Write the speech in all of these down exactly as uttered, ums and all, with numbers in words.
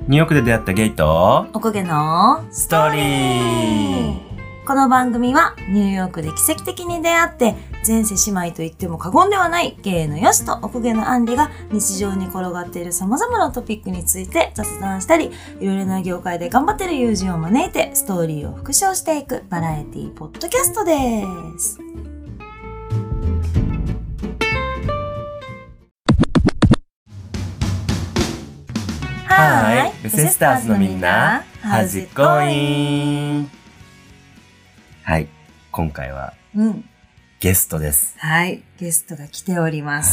ニューヨークで出会ったゲイとおこげのストーリー。 この番組はニューヨークで奇跡的に出会って前世姉妹と言っても過言ではないゲイのヨシとおこげのアンリが日常に転がっている様々なトピックについて雑談したり、いろいろな業界で頑張っている友人を招いてストーリーを復唱していくバラエティポッドキャストです。 はい、セスターズのみんな、How's it going? はい、今回は、うん、ゲストです。 はい、ゲストが来ております。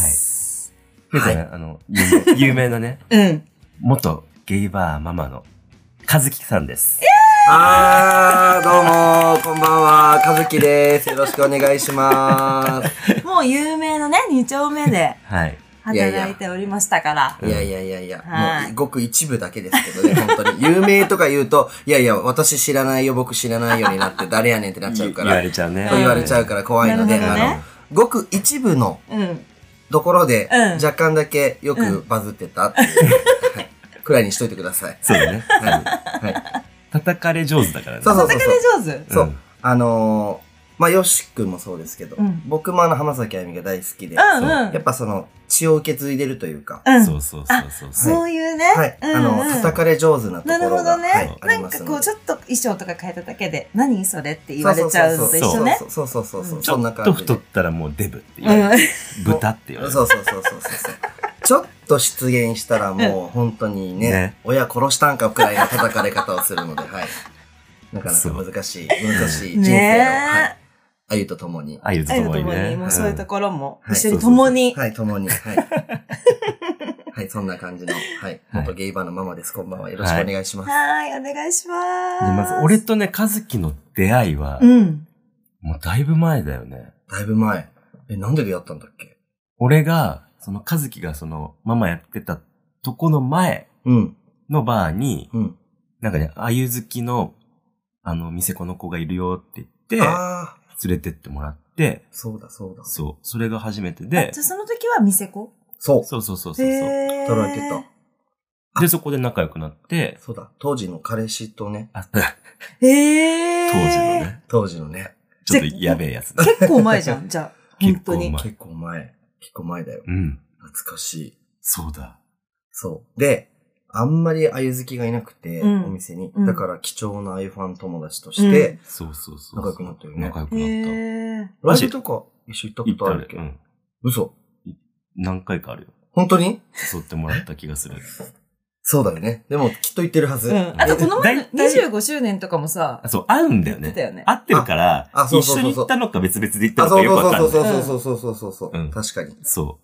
はい。はい、あの、有名なね、うん、元ゲイバーママの和樹さんです。 えー、あー、どうも、こんばんは、和樹です。よろしくお願いします。 もう有名なね、二丁目で。 はい。 働いておりましたから。 いやいやいやいや、はい、もうごく一部だけですけどね、本当に。有名とか言うと、いやいや、私知らないよ、僕知らないよになって、誰やねんってなっちゃうから。 言われちゃうね。 言われちゃうから怖いので、ね、あの、ごく一部のところで、うん、若干だけよくバズってたっていう、うんはい、くらいにしといてください。 そうだね。はい。はい。叩かれ上手だからね。 そうそうそう。 叩かれ上手そう。うん、あのー、まあ、よしくんもそうですけど、うん、僕もあの浜崎あゆみが大好きで、うんうん、やっぱその血を受け継いでるというか、 うん、そうそうそうそう。 そういうね。 はい。うんうん、あの、叩かれ上手なところが、なるほどね。はい、 なんかこう、ちょっと衣装とか変えただけで、何それって言われちゃうのと一緒ね。 そうそうそうそう。 ちょっと太ったらもうデブって言われる。豚って言われる。 そうそうそうそうそう。ちょっと出現したらもう本当にね、ね親殺したんかくらいの叩かれ方をするので、はい。なかなか難しい、難しい人生の、はい。あゆとともに。 あゆとともにね。 もうそういうところも一緒にともに。 はい、ともに。はい。はい、そんな感じの、はい。元ゲイバーのママです。こんばんは。よろしくお願いします。 はい、お願いします。 まず、俺とね、和樹の出会いは、うん。もうだいぶ前だよね。 だいぶ前。え、なんで出会ったんだっけ？ 俺が、その和樹がその、ママやってたとこの前のバーに、うん。なんかね、あゆ好きの、あの、店子の子がいるよって言って、あー。連れてってもらって、 そうだそうだ。 そう。それが初めてで。 じゃあその時は店子？ そう。 そうそうそうそう。 働いてた。で、そこで仲良くなって。 そうだ。当時の彼氏とね。あへー。 当時のね。 当時のね。 ちょっとやべえやつ。 結構前じゃん、じゃあ。本当に。 結構前。結構前だよ。 うん。 懐かしい。 そうだ。 そう。で、あんまりあゆ好きがいなくて、うん、お店に。だから貴重なあゆファン友達として、 そうそうそう。 仲良くなったよね。 仲良くなった。 ライブとか一緒行ったことあるっけ？うん。嘘？ 何回かあるよ。 本当に？ 誘ってもらった気がする。 そうだよね。でもきっと言ってるはず。うん、 あとこの前にじゅうごしゅうねんとかもさ。 そう、会うんだよね。 よね会ってるから、一緒に行ったのか別々で行ったのかよくわかんない。 そうそうそうそうそうそうそう、うん。確かに。 そう。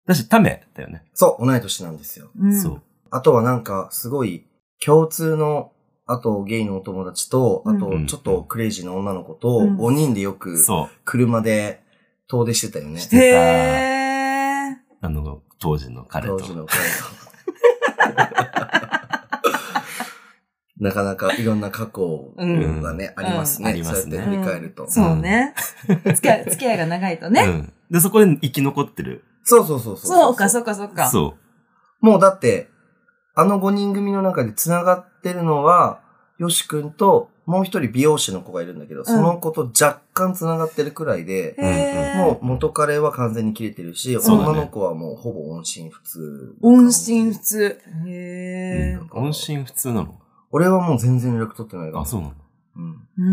だし、ためだよね。 そう、同い年なんですよ。 うん、 そう。 あとはなんか、すごい、共通の、あと、ゲイのお友達と、あと、ちょっとクレイジーな女の子と、ごにんでよく、車で遠出してたよね。 してた。へー。あの、当時の彼と。 当時の彼と。なかなかいろんな過去がね、ありますね。ありますね。そうやって振り返ると。 そうね。付き合い、付き合いが長いとね。うん。 で、そこで生き残ってる。 そうそうそうそう。 そうか、そうか、そうか。 そう。 もうだって、あのごにん組の中で繋がってるのは、よしくんと、もう一人美容師の子がいるんだけど、うん、その子と若干繋がってるくらいで、うん、もう元彼は完全に切れてるし、ね、女の子はもうほぼ音信不通。 音信不通。へー。音信不通なの？ 俺はもう全然連絡取ってないから。 あ、そうなの？ うん。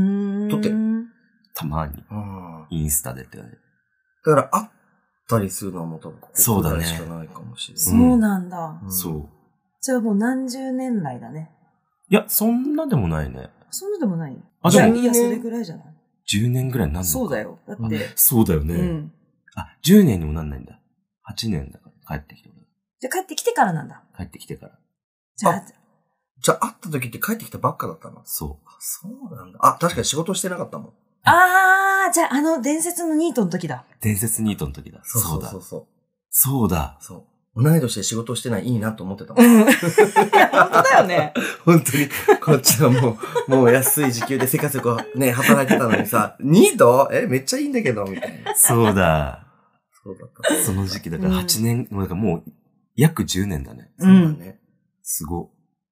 取ってる。 たまに。インスタでってね。 だから会ったりするのはもう多分ここくらいしかないかもしれない。 そうなんだ。 そう。 じゃあもう何十年来だね。 いや、そんなでもないね。 そんなでもない？ あ、でも。 いや、それぐらいじゃない？ じゅうねんぐらいになんのか。 そうだよ。だって。 そうだよね。うん。あ、じゅうねんにもなんないんだ。はちねんだから帰ってきてから。 じゃあ帰ってきてからなんだ。 帰ってきてから。 じゃあ、じゃあ会った時って帰ってきたばっかだったの？ そう。 あ、そうなんだ。あ、確かに仕事してなかったもん。 あー、じゃああの伝説のニートの時だ。 伝説ニートの時だ。 そうそうそうそう。 そうだ。 そう。同い年で仕事してないいいなと思ってたもん。 うん。いや、本当だよね。 本当に、こっちはもう、もう安い時給でせかせかね、働いてたのにさ、ニート？え、めっちゃいいんだけど、みたいな。 そうだ。 そうだった。 その時期だからはちねん、うん、もう約じゅうねんだね。 そうだね。 すご。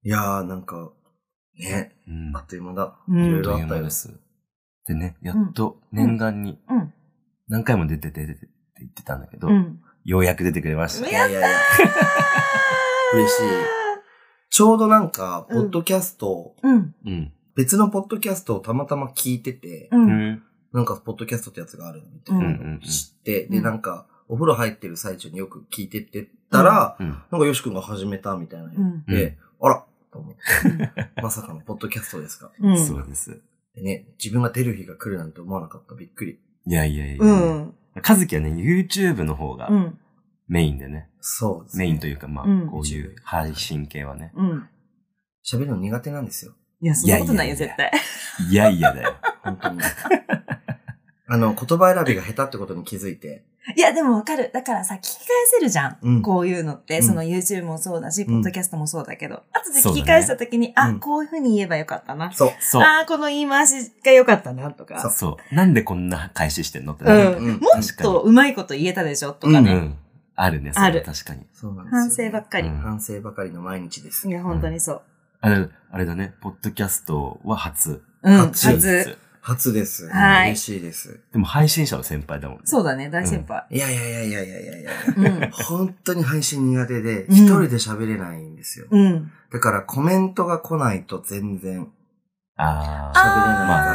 いやー、なんか、ね、うん、あっという間だ。 いろいろあったよです。でね、やっと念願に、何回も出てて出てって言ってたんだけど、うん、ようやく出てくれました。 いやいやいや。 嬉しい。ちょうどなんか、ポッドキャスト、うん、別のポッドキャストをたまたま聞いてて、うん、なんか、ポッドキャストってやつがあるみたいなのを知って、うん、で、なんか、お風呂入ってる最中によく聞いてってたら、うん、なんか、よしくんが始めたみたいなの言って、うん、あらと思って、まさかのポッドキャストですか、 うん、そうです。 でね、自分が出る日が来るなんて思わなかった。びっくり。 いやいやいや。うん。かずきはね、YouTube の方がメインでね。 そうですね。 メインというか、まあ、うん、こういう配信系はね。うん。 喋るの苦手なんですよ。 いや、そんなことないよ、絶対。 いやいやだよ。 本当に。あの、言葉選びが下手ってことに気づいて。 いや、でもわかる。だからさ、聞き返せるじゃん。うん、こういうのって。うん、その YouTube もそうだし、ポッドキャストもそうだけど。後で聞き返したときに、ね、あ、うん、こういう風に言えばよかったな。 そう。 そう。 あ、この言い回しがよかったな、とか。 そう。そう。なんでこんな返ししてんのってなる、 うん。もっとうまいこと言えたでしょとかね。うん。うん、 あるね、それある。確かに。 そうなんですよ、ね。 反省ばっかり、うん。 反省ばかりの毎日です。 いや、本当にそう。 あれ、あれだね、ポッドキャストは初。 うん、初。初。 初です。 はい。 嬉しいです。 でも配信者の先輩だもんね。 そうだね、大先輩。 うん、いやいやいやいやいやいやいや、うん、本当に配信苦手で、一人で喋れないんですよ。うん。だからコメントが来ないと全然、ああ。喋れないから。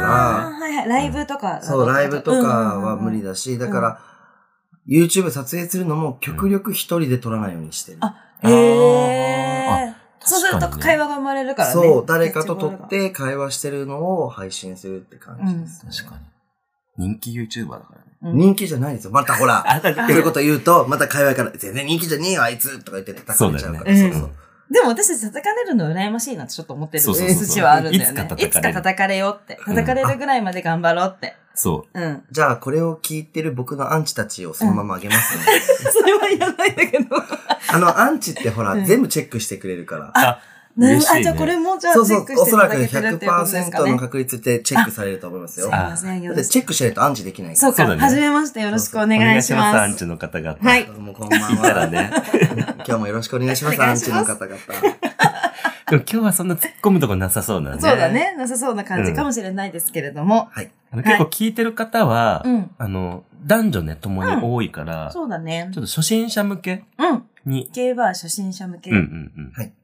あはいはい。ライブとか、 うん。そう、ライブとかは無理だし、だから、うん、YouTube 撮影するのも極力一人で撮らないようにしてる。 あ、へえ。そうすると会話が生まれるからね。 そう、誰かと撮って会話してるのを配信するって感じです、 ねうん。確かに。人気 YouTuber だからね。 うん、人気じゃないですよ。またほら、言ってること言うと、また会話から、全然人気じゃねえよ、あいつとか言って叩かれちゃうから。そうだよね。そうそう。 でも私たち叩かれるの羨ましいなってちょっと思ってる節はあるんだよね。いつか叩かれよって。叩かれるぐらいまで頑張ろうって。 そう。 うん。 じゃあ、これを聞いてる僕のアンチたちをそのままあげますね。 それはいらないんだけど。 あの、アンチってほら、全部チェックしてくれるから。 あなるほど。あ、じゃあこれもじゃあチェックしていただけてるっていうことですかね。 そうそう、おそらくひゃくパーセントの確率でチェックされると思いますよ。 すいません、よろしく。 チェックしないとアンチできないから。そうか、はじめましてよろしくお願いします。お願いします、 アンチの方々。 はい。 どうもこんばんは。いたらね。今日もよろしくお願いします、アンチの方々。でも今日はそんな突っ込むとこなさそうなね。 そうだね。なさそうな感じかもしれないですけれども。 はい。 結構聞いてる方は、あの、男女ね、共に多いから、 そうだね。 ちょっと初心者向けに。 ゲイバー初心者向け。 うんうんうん。 はい。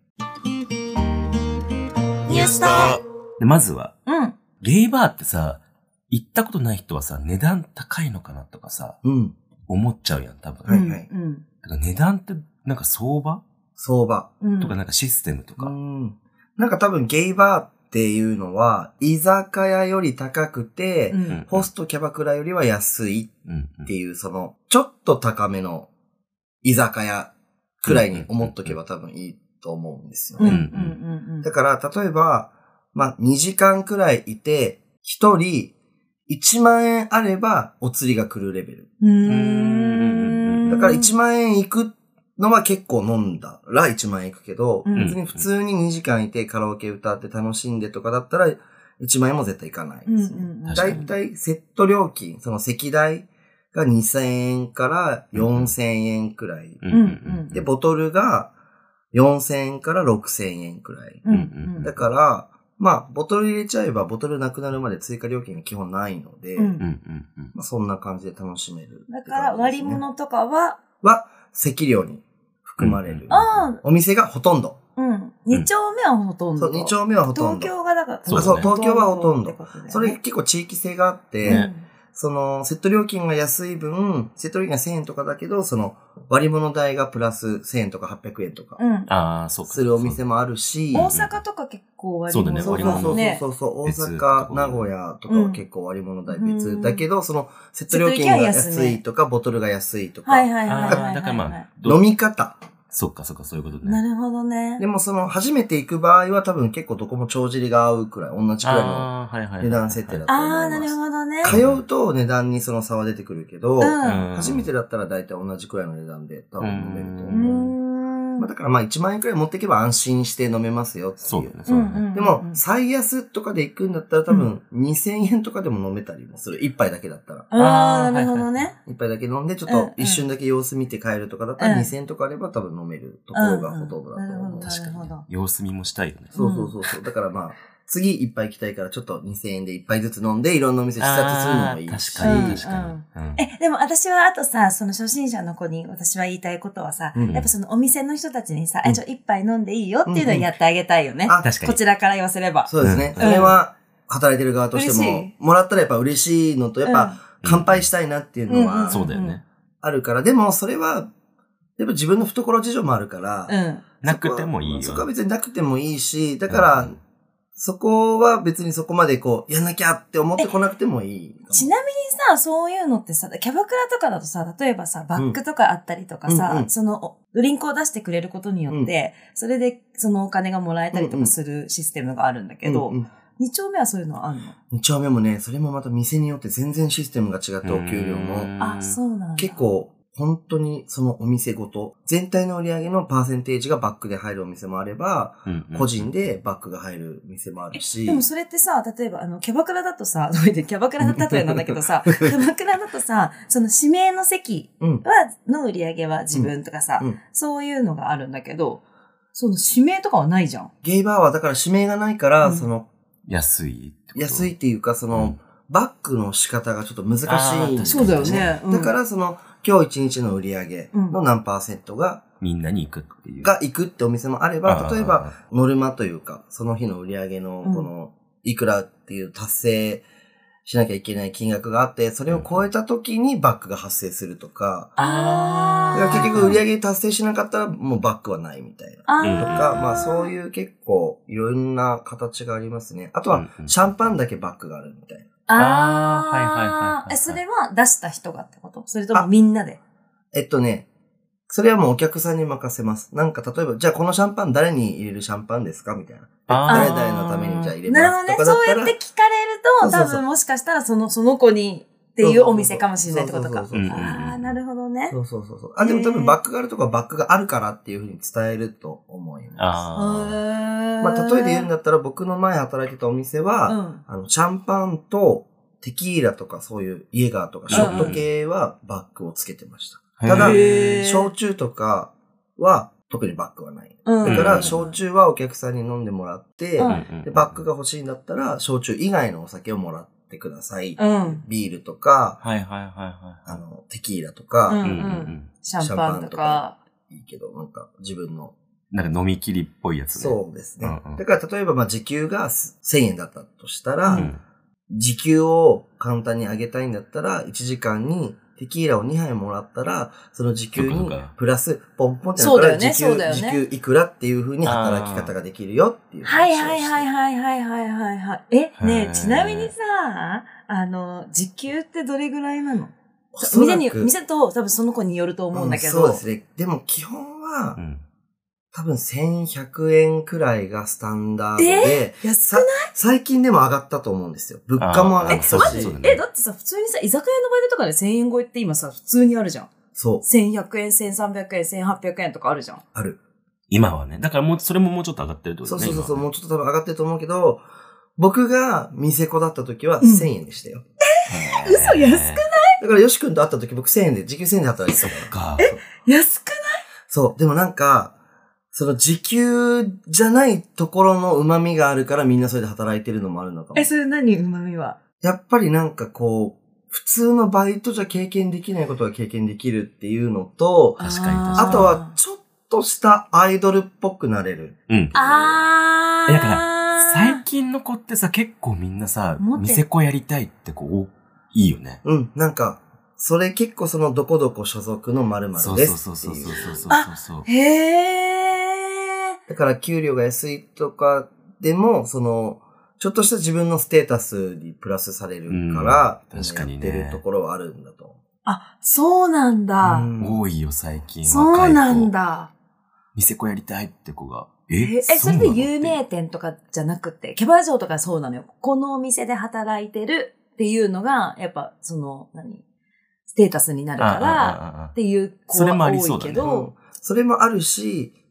ニュースとで、まずは、 うん。 ゲイバーってさ、行ったことない人はさ、値段高いのかなとかさ、 うん。 思っちゃうやん、多分。 はいはい。 うん。 だから値段って、なんか相場相場。 とかなんかシステムとか。 うん。なんか多分ゲイバーっていうのは、居酒屋より高くて、うん、ホストキャバクラよりは安いっていう、その、ちょっと高めの居酒屋くらいに思っとけば多分いいと思うんですよね。だから、例えば、まあ、にじかんくらいいて、ひとりいちまんえんあればお釣りが来るレベル。 うーん。 だからいちまんえんいくのは結構飲んだらいちまんえんいくけど、うん、別に普通ににじかんいてカラオケ歌って楽しんでとかだったらいちまんえんも絶対いかないですね。だいたいセット料金、その席代がにせんえんからよんせんえんくらい。 うんうん、 で、ボトルがよんせんえんからろくせんえんくらい。 うんうん、 だから、まあ、ボトル入れちゃえばボトルなくなるまで追加料金が基本ないので、 うんまあ、そんな感じで楽しめる、 ね。だから割り物とかはは、席料に含まれる。 うん、あお店がほとんど。 うん。二丁目はほとんど。 そう、二丁目はほとんど。 東京がだから、 そう、ね、そう東京はほとんど。ね、それ結構地域性があって、うんその、セット料金が安い分、セット料金がせんえんとかだけど、その、割り物代がプラスせんえんとかはっぴゃくえんとか、 うん、 ああ、そうか。 するお店もあるし、 大阪とか結構割り物代。 そうだね、割り物代。そうそうそう、大阪、名古屋とかは結構割り物代別、うん、だけど、その、セット料金が安いとか、ボトルが安いとか。 はいはいはいはい、はい。 だからまあ、 飲み方。 そっかそっか、そういうことね。 なるほどね。 でもその、初めて行く場合は多分結構どこも帳尻が合うくらい、同じくらいの値段設定だと思います。 ああ、なるほどね。 通うと値段にその差は出てくるけど、うん、初めてだったら大体同じくらいの値段で多分飲めると思う。 まあ、だからまあいちまん円くらい持っていけば安心して飲めますよっていう。 そうだね、そうだね。 でも、最安とかで行くんだったら多分にせんえんとかでも飲めたりもする。一杯だけだったら。 ああ、なるほどね。 一杯だけ飲んで、ちょっと一瞬だけ様子見て帰るとかだったらにせんえんとかあれば多分飲めるところがほとんどだと思う。 確かに。様子見もしたいよね。 そうそうそうそう。だからまあ、次いっぱい行きたいからちょっとにせんえんでいっぱいずつ飲んでいろんなお店視察するのもいいし。 確かに確かに、 うんうん。え、でも私はあとさ、その初心者の子に私は言いたいことはさ、うん、やっぱそのお店の人たちにさ、うん、え、ちょ、一杯飲んでいいよっていうのをやってあげたいよね。うんうん、あ、確かに。こちらから言わせれば。 そうですね。うん、それは働いてる側としても、もらったらやっぱ嬉しいのと、やっぱ乾杯したいなっていうのは、 そうだよね。 あるから、でもそれは、やっぱ自分の懐事情もあるから、 うん、なくてもいいよ。 そこは別になくてもいいし、だから、うんそこは別にそこまでこう、やんなきゃって思ってこなくてもいい。 ちなみにさ、そういうのってさ、キャバクラとかだとさ、例えばさ、バッグとかあったりとかさ、うんうん、その、ドリンクを出してくれることによって、うん、それでそのお金がもらえたりとかするシステムがあるんだけど、うんうん、に丁目はそういうのはあるの？ に丁目もね、それもまた店によって全然システムが違ってお給料も。 あ、そうなんだ。 結構、本当にそのお店ごと、全体の売り上げのパーセンテージがバックで入るお店もあれば、うんうん、個人でバックが入る店もあるし。 でもそれってさ、例えばあの、キャバクラだとさ、どういうキャバクラの例えなんだけどさ、キャバクラだとさ、その指名の席は、うん、の売り上げは自分とかさ、うんうん、そういうのがあるんだけど、その指名とかはないじゃん。 ゲイバーはだから指名がないから、うん、その、 安い安いっていうか、その、うん、バックの仕方がちょっと難しいんですね。そうだよね。 うん、だからその、今日一日の売り上げの何パーセントが、 みんなに行くっていう。 が行くってお店もあれば、例えば、ノルマというか、その日の売り上げの、この、いくらっていう達成しなきゃいけない金額があって、それを超えた時にバックが発生するとか、あだから結局売り上げ達成しなかったらもうバックはないみたいな。とか、まあそういう結構いろんな形がありますね。あとは、シャンパンだけバックがあるみたいな。 ああ、はいはいはい。え、それは出した人がってこと？それともみんなで？ えっとね、それはもうお客さんに任せます。なんか例えば、じゃあこのシャンパン誰に入れるシャンパンですかみたいな。誰々のためにじゃあ入れます。 なるほどね。そうやって聞かれると、多分もしかしたらその、その子にっていうお店かもしれないってことか。ああ、なるほどね。 そうそうそうそう。あ、でも多分バックがあるとかバックがあるからっていうふうに伝えると思います。あまあ例えで言うんだったら僕の前働いてたお店は、うん、あの、シャンパンとテキーラとかそういうイエガーとかショット系はバックをつけてました。ただ、焼酎とかは特にバックはない。だから、焼酎はお客さんに飲んでもらって、うん、でバックが欲しいんだったら、焼酎以外のお酒をもらってください。うん、ビールとか、 はいはいはいはい、 あの、テキーラとか、うんうん、 シャンパンとか。 いいけど、なんか自分の。 なんか飲み切りっぽいやつね。 そうですね。うんうん、だから例えば、まあ時給がせんえんだったとしたら、うん、時給を簡単に上げたいんだったら、いちじかんにテキーラをにはいもらったら、その時給にプラスポンポンってなったら、時給、ね、時給いくらっていう風に働き方ができるよっていう。 はいはいはいはいはいはいはいはい。え、ねえ、ちなみにさ、あの、時給ってどれぐらいなの？店に、店と多分その子によると思うんだけど。 うん、そうですね。でも基本は、うん、多分せんひゃくえんくらいがスタンダードで、 え安くない？ 最近でも上がったと思うんですよ。物価も上がったし。 え、え、だってさ、普通にさ、居酒屋のバイトとかでせんえん超えって今さ、普通にあるじゃん。 そう。 せんひゃくえん、せんさんびゃくえん、せんはっぴゃくえんとかあるじゃん。 ある。 今はね。だからもう、それももうちょっと上がってるってことね。 そうそうそう、もうちょっと多分上がってると思うけど、僕が店子だった時はせんえんでしたよ。 うん、嘘、安くない？ だからヨシ君と会った時僕せんえんで、時給せんえんで働いてたから。 え、安くない？ そう。でもなんか、その時給じゃないところの旨味があるからみんなそれで働いてるのもあるのかも。 え、それ何旨味は？ やっぱりなんかこう、普通のバイトじゃ経験できないことが経験できるっていうのと、 確かに確かに。 あとはちょっとしたアイドルっぽくなれる。 うん。 あー。 だから、最近の子ってさ、結構みんなさ、店子やりたいってこう、いいよね。 うん、なんか、それ結構そのどこどこ所属の〇〇ですっていう。 そうそうそうそうそうそう。 へー。 だから給料が安いとかでも、その、ちょっとした自分のステータスにプラスされるから、うん、確かにね、やってるところはあるんだと。 あ、そうなんだ。 うん、多いよ、最近。 そうなんだ。 店子やりたいって子が。え、 え、それで有名店とかじゃなくて、キャバ嬢とかそうなのよ。このお店で働いてるっていうのが、やっぱ、その、何ステータスになるから、っていう子は多いけど、 それもあるし、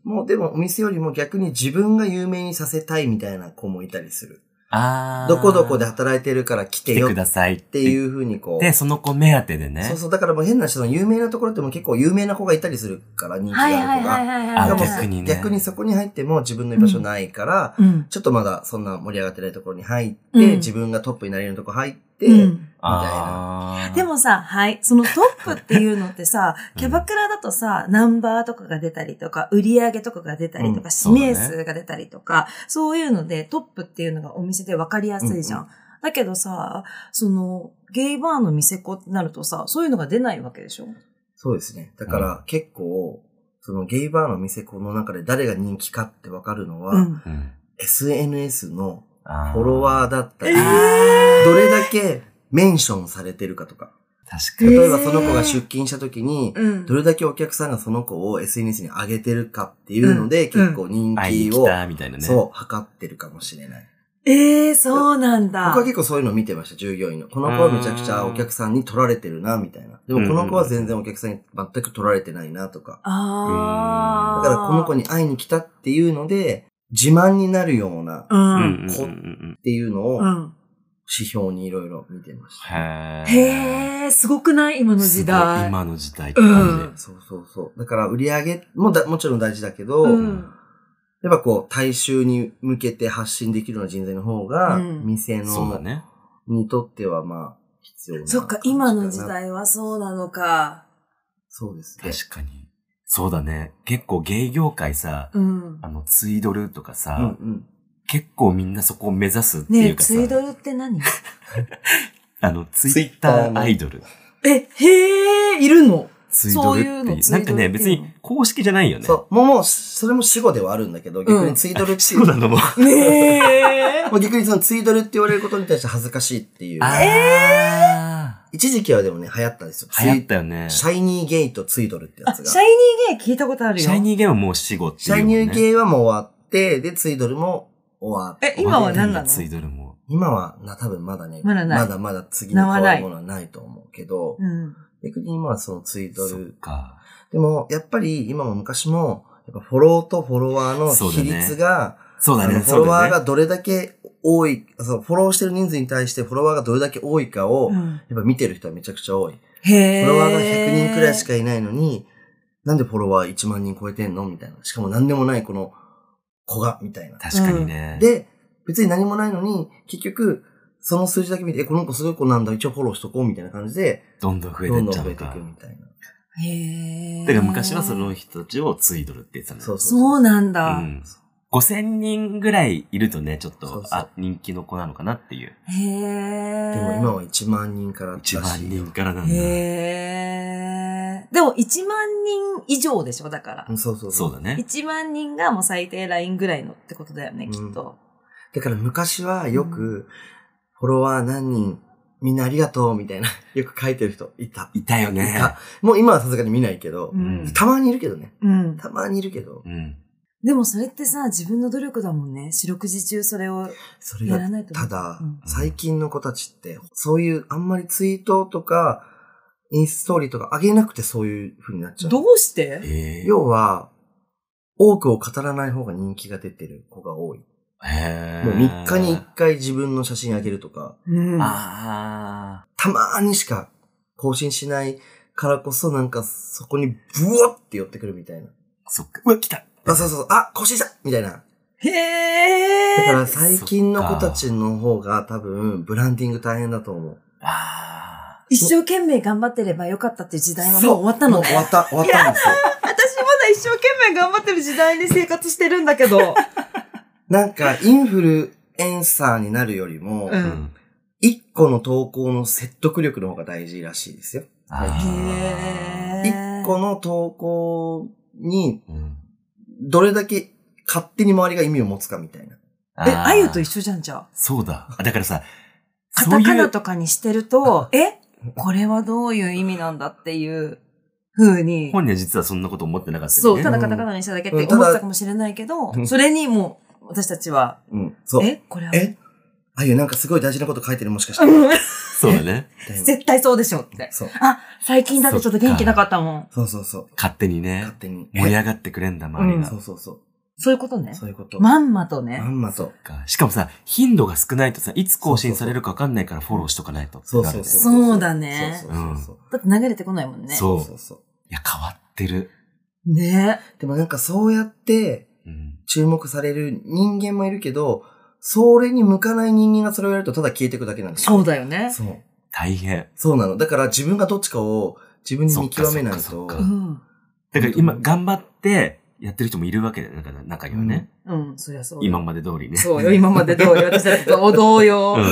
もうでもお店よりも逆に自分が有名にさせたいみたいな子もいたりする。 ああ。 どこどこで働いてるから来てよ。 来てくださいっていう風にこう。 で、その子目当てでね。 そうそう。だからもう変な人の有名なところっても結構有名な子がいたりするから人気がある子が。はいはいはいはい、はい。 逆にね。 逆にそこに入っても自分の居場所ないから、うん、ちょっとまだそんな盛り上がってないところに入って、うん、自分がトップになれるところ入って、うん、みたいな。 でもさ、はい。そのトップっていうのってさ、キャバクラだとさ、ナンバーとかが出たりとか、売り上げとかが出たりとか、うん、指名数が出たりとか、そう、ね、そういうのでトップっていうのがお店で分かりやすいじゃん。うんうん、だけどさ、その、ゲイバーの店子ってなるとさ、そういうのが出ないわけでしょ？ そうですね。だから、うん、結構、そのゲイバーの店子の中で誰が人気かって分かるのは、うん、エスエヌエス のフォロワーだったり、えー、どれだけメンションされてるかとか。 確かに。 例えばその子が出勤した時に、えー、どれだけお客さんがその子を エスエヌエス に上げてるかっていうので、うん、結構人気を、 うん、みたいなね、 そう、測ってるかもしれない。 ええー、そうなんだ。 僕は結構そういうのを見てました、従業員の。この子はめちゃくちゃお客さんに取られてるな、みたいな。でもこの子は全然お客さんに全く取られてないな、とか。ああ。だからこの子に会いに来たっていうので、自慢になるような子っていうのを指標にいろいろ見てました。 へー。へー、すごくない今の時代。 今の時代って感じ、うん。 そうそうそう。だから売り上げもだもちろん大事だけど、うんやっぱこう、大衆に向けて発信できるような人材の方が、店の、そうだね。にとってはまあ、必要な。 そっか、今の時代はそうなのか。 そうですね。 確かに。そうだね。結構芸業界さ、うん、あの、ツイドルとかさ、うんうん、結構みんなそこを目指すっていうかさ。 ねえ、ツイドルって何あの、ツイッターアイドル。 え、へー、いるのツイドルっていう。いうなんかね、別に公式じゃないよね。 そう。もう、もう、それも死語ではあるんだけど、逆にツイドルっていう。 死語なのも。 ねえ。もう逆にそのツイドルって言われることに対して恥ずかしいっていう。えー、一時期はでもね、流行ったんですよ。 流行ったよね。 シャイニーゲイとツイドルってやつが。 シャイニーゲイ聞いたことあるよ。 シャイニーゲイはもう死語っていう、ね。 シャイニーゲイはもう終わって、で、ツイドルも終わって。 え、今は何なの？ ツイドルも。 今は、な、多分まだね。 まだない。 まだまだ次の変わるものはないと思うけど。うん逆に今はそのツイートル。でも、やっぱり今も昔も、やっぱフォローとフォロワーの比率が、 そうだね。 フォロワーがどれだけ多い、そう、フォローしてる人数に対してフォロワーがどれだけ多いかを、やっぱ見てる人はめちゃくちゃ多い。へー。フォロワーがひゃくにんくらいしかいないのに、なんでフォロワーいちまんにん超えてんのみたいな。しかも何でもないこの子が、みたいな。 確かにね。 で、別に何もないのに、結局、その数字だけ見て、え、この子すごい子なんだ、一応フォローしとこうみたいな感じで、 どんどん増えていっちゃう。 どんどん増えていくみたいな。 へー。 だから昔はその人たちをツイドルって言ってたの。 そうそうそう。そうなんだ。うん。 ごせんにんぐらいいるとね、ちょっと、そうそうあ、人気の子なのかなっていう。 へー。 でも今はいちまんにんからだし。 いちまんにんからなんだ。 へー。でもいちまんにん以上でしょ、だから。 そうそうそう。 そうだね。 いちまんにんがもう最低ラインぐらいのってことだよね、きっと。 うん、だから昔はよく、うんフォロワー何人、みんなありがとう、みたいな、よく書いてる人いた。 いたよね。 いた。もう今はさすがに見ないけど、うん、たまにいるけどね。うん、たまにいるけど、うん。 でもそれってさ、自分の努力だもんね。四六時中それをやらないと。 ただ、うん、最近の子たちって、そういうあんまりツイートとか、インストーリーとか上げなくてそういう風になっちゃう。 どうして、 えー、要は、多くを語らない方が人気が出てる子が多い。 へもうみっかにいっかい自分の写真あげるとか、 うん、 あたまーにしか更新しないからこそなんかそこにブワッって寄ってくるみたいな。 そっか。うわ、来たあ、そうそうそう。あ、更新したみたいな。 へー。 だから最近の子たちの方が多分ブランディング大変だと思う。 あ一生懸命頑張ってればよかったっていう時代はもう終わったのね。 終わった、終わったんですよ。 私まだ一生懸命頑張ってる時代に生活してるんだけど。 なんか、インフルエンサーになるよりも、うん、一個の投稿の説得力の方が大事らしいですよ。 へー。 一個の投稿に、どれだけ勝手に周りが意味を持つかみたいな。 え、あゆと一緒じゃん、じゃあ。 そうだ。だからさ、 カタカナとかにしてると、えこれはどういう意味なんだっていう風に。 本人は実はそんなこと思ってなかったよね。 そう、ただカタカナにしただけって思ったかもしれないけど、うん、それにもう、私たちは、 うん、そう。 えこれはえああいうなんかすごい大事なこと書いてるもしかして。 そうだね。 絶対そうでしょって。そう。あ、最近だってちょっと元気なかったもん。 そうそうそう。 勝手にね。 勝手に。 盛り上がってくれんだ、周りが。 そうそうそう。 そういうことね。 そういうこと。 まんまとね。 まんまと。 しかもさ、頻度が少ないとさ、いつ更新されるか分かんないからフォローしとかないと。 そうそうそう。 そうだね。 そうそうそう。 だって流れてこないもんね。 そうそうそう。いや、変わってる。 ね。 でもなんかそうやって、注目される人間もいるけど、それに向かない人間がそれをやるとただ消えていくだけなんですよ。 そうだよね。 そう。 大変。 そうなの。だから自分がどっちかを自分に見極めないと。 だから今頑張ってやってる人もいるわけだよ。だから中にはね。 うん、うん、そりゃそう。 今まで通りね。 そうよ、今まで通り。私だって同様。うん、うん。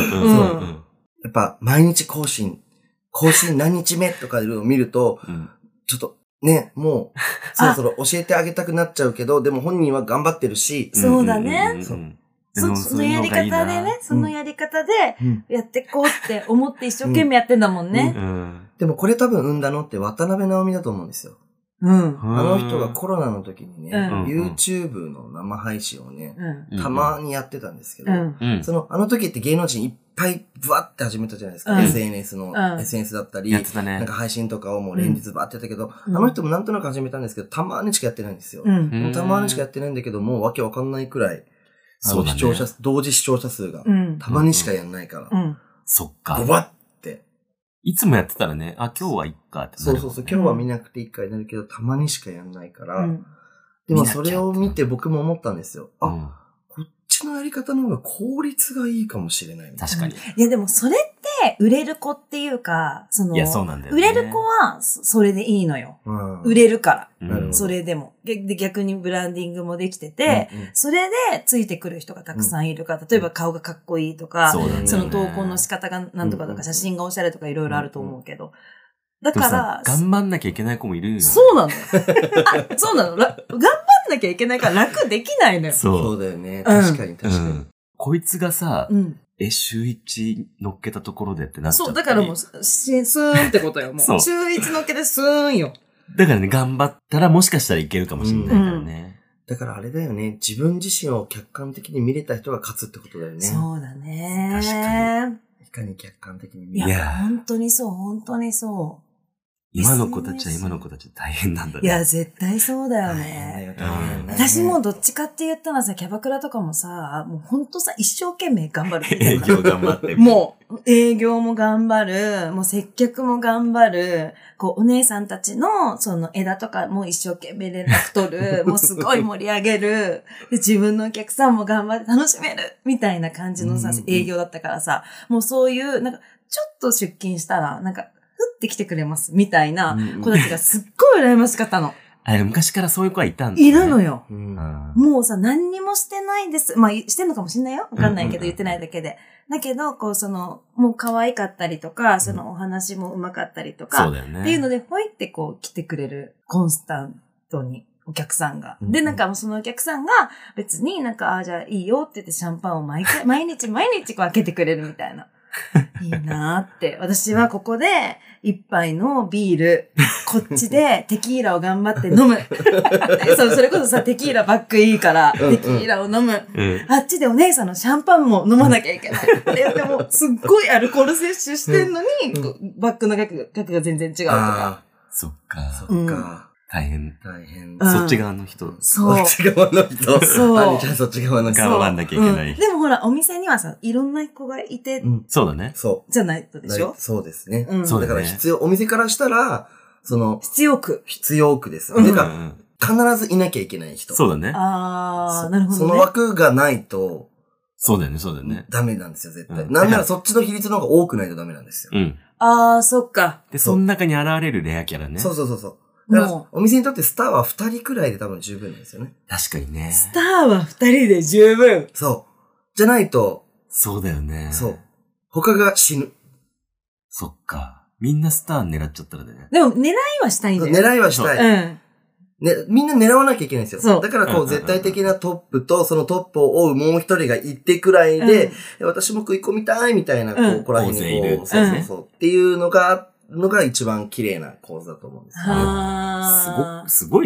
やっぱ毎日更新、更新何日目とかを見ると、うん、ちょっとね、もう、そろそろ教えてあげたくなっちゃうけど、でも本人は頑張ってるし。 そうだね。 そう。 そ, そのやり方でね、そのやり方でやっていこうって思って一生懸命やってんだもんね。 うんうん、でもこれ多分生んだのって渡辺直美だと思うんですよ。うん。あの人がコロナの時にね、うん、YouTube の生配信をね、うん、たまにやってたんですけど、うん、その、あの時って芸能人いっぱいブワって始めたじゃないですか。うん、エスエヌエス の、うん、エスエヌエス だったり、ね、なんか配信とかをもう連日バーってやったけど、うん、あの人もなんとなく始めたんですけど、たまにしかやってないんですよ。うん、たまにしかやってないんだけど、もうわけわかんないくらい、あの、視聴者、同時視聴者数が、たまにしかやんないから。うんうん、 そっか。 ごばって。 いつもやってたらね、あ、今日はいっかってなる、ね。 そうそうそう、今日は見なくていいかになるけど、たまにしかやんないから。うん、でもそれを見て僕も思ったんですよ。あ、うん、こっちのやり方の方が効率がいいかもしれない。 確かに。 いやでもそれって売れる子っていうか、その、 いやそうなんだよね、 売れる子はそれでいいのよ。うん、売れるから、うん。それでも。で、逆にブランディングもできてて、うんうん、それでついてくる人がたくさんいるから、例えば顔がかっこいいとか、うん、その投稿の仕方がなんとかとか、写真がおしゃれとかいろいろあると思うけど。だから、 頑張んなきゃいけない子もいるよ。 そうなの。あ、そうなの。頑張んなきゃいけないから楽できないのよ。 そう。そうだよね。確かに確かに。うん、 こいつがさ、うん、え、週一乗っけたところでってなっちゃった。 そう、だからもう、スーンってことよ。もう。週一乗っけてスーンよ。 だからね、頑張ったらもしかしたらいけるかもしれないからね。 うん、だからあれだよね。自分自身を客観的に見れた人が勝つってことだよね。 そうだね。 確かに。いかに客観的に見れる。いや、本当にそう、本当にそう。 今の子たちは今の子たち大変なんだね。 いや、絶対そうだよね。私もどっちかって言ったらさ、キャバクラとかもさ、もうほんとさ、一生懸命頑張る。 営業頑張ってる。 もう、営業も頑張る。もう接客も頑張る。こう、お姉さんたちの、その枝とかも一生懸命連絡取る。もうすごい盛り上げる。で、自分のお客さんも頑張って楽しめる。みたいな感じのさ、営業だったからさ、もうそういう、なんか、ちょっと出勤したら、なんか、ふって来てくれます。みたいな子たちがすっごい羨ましかったの。 あれ、昔からそういう子はいたんだ、ね。いるのよ。うん、もうさ、何にもしてないです。まあ、してんのかもしんないよ。わかんないけど、言ってないだけで。だけど、こう、その、もう可愛かったりとか、そのお話も上手かったりとか、 そうだよね。 っていうので、ほいってこう、来てくれる。コンスタントに。お客さんが。で、なんかもうそのお客さんが別になんか、ああ、じゃあいいよって言ってシャンパンを毎回、毎日毎日こう開けてくれるみたいな。いいなーって。私はここで一杯のビール、こっちでテキーラを頑張って飲む。そう、それこそさ、テキーラバッグいいから、テキーラを飲む、うん。あっちでお姉さんのシャンパンも飲まなきゃいけない。で, でも、すっごいアルコール摂取してんのに、うん、バッグの額が全然違うとか。 そっか。 そっか。うん大変。 大変。 そっち側の人。 そう。 そっち側の人。 そう。 あみちゃんそっち側の人。 頑張んなきゃいけない、 うん。でもほら、お店にはさ、いろんな子がいて。うん、 そうだね。 そう。 じゃないとでしょそうですね。 うん。 そうだから必要、お店からしたら、その、 必要区。 必要区です。うん。てか、必ずいなきゃいけない人。 そうだね。 あー、なるほど、ね。 その枠がないと、 そうだよね、そうだよね。 ダメなんですよ、絶対。うん、なんならそっちの比率の方が多くないとダメなんですよ。 うん。 あー、そっか。 で、その中に現れるレアキャラね。 そうそうそうそう。だからお店にとってスターは二人くらいで多分十分なんですよね。 確かにね。 スターは二人で十分。 そう。じゃないと。 そうだよね。 そう。他が死ぬ。 そっか。みんなスター狙っちゃったらね。 でも狙いはしたいんだよ。 狙いはしたい。 うん。 ね、みんな狙わなきゃいけないんですよ。そう。だからこう絶対的なトップとそのトップを追うもう一人がいてくらいで、うん、私も食い込みたいみたいな、こう、うん、ここら辺にこう、そうそうそう、うん。っていうのが、のが一番綺麗な構図だと思うんですよね。 すご、すごいね。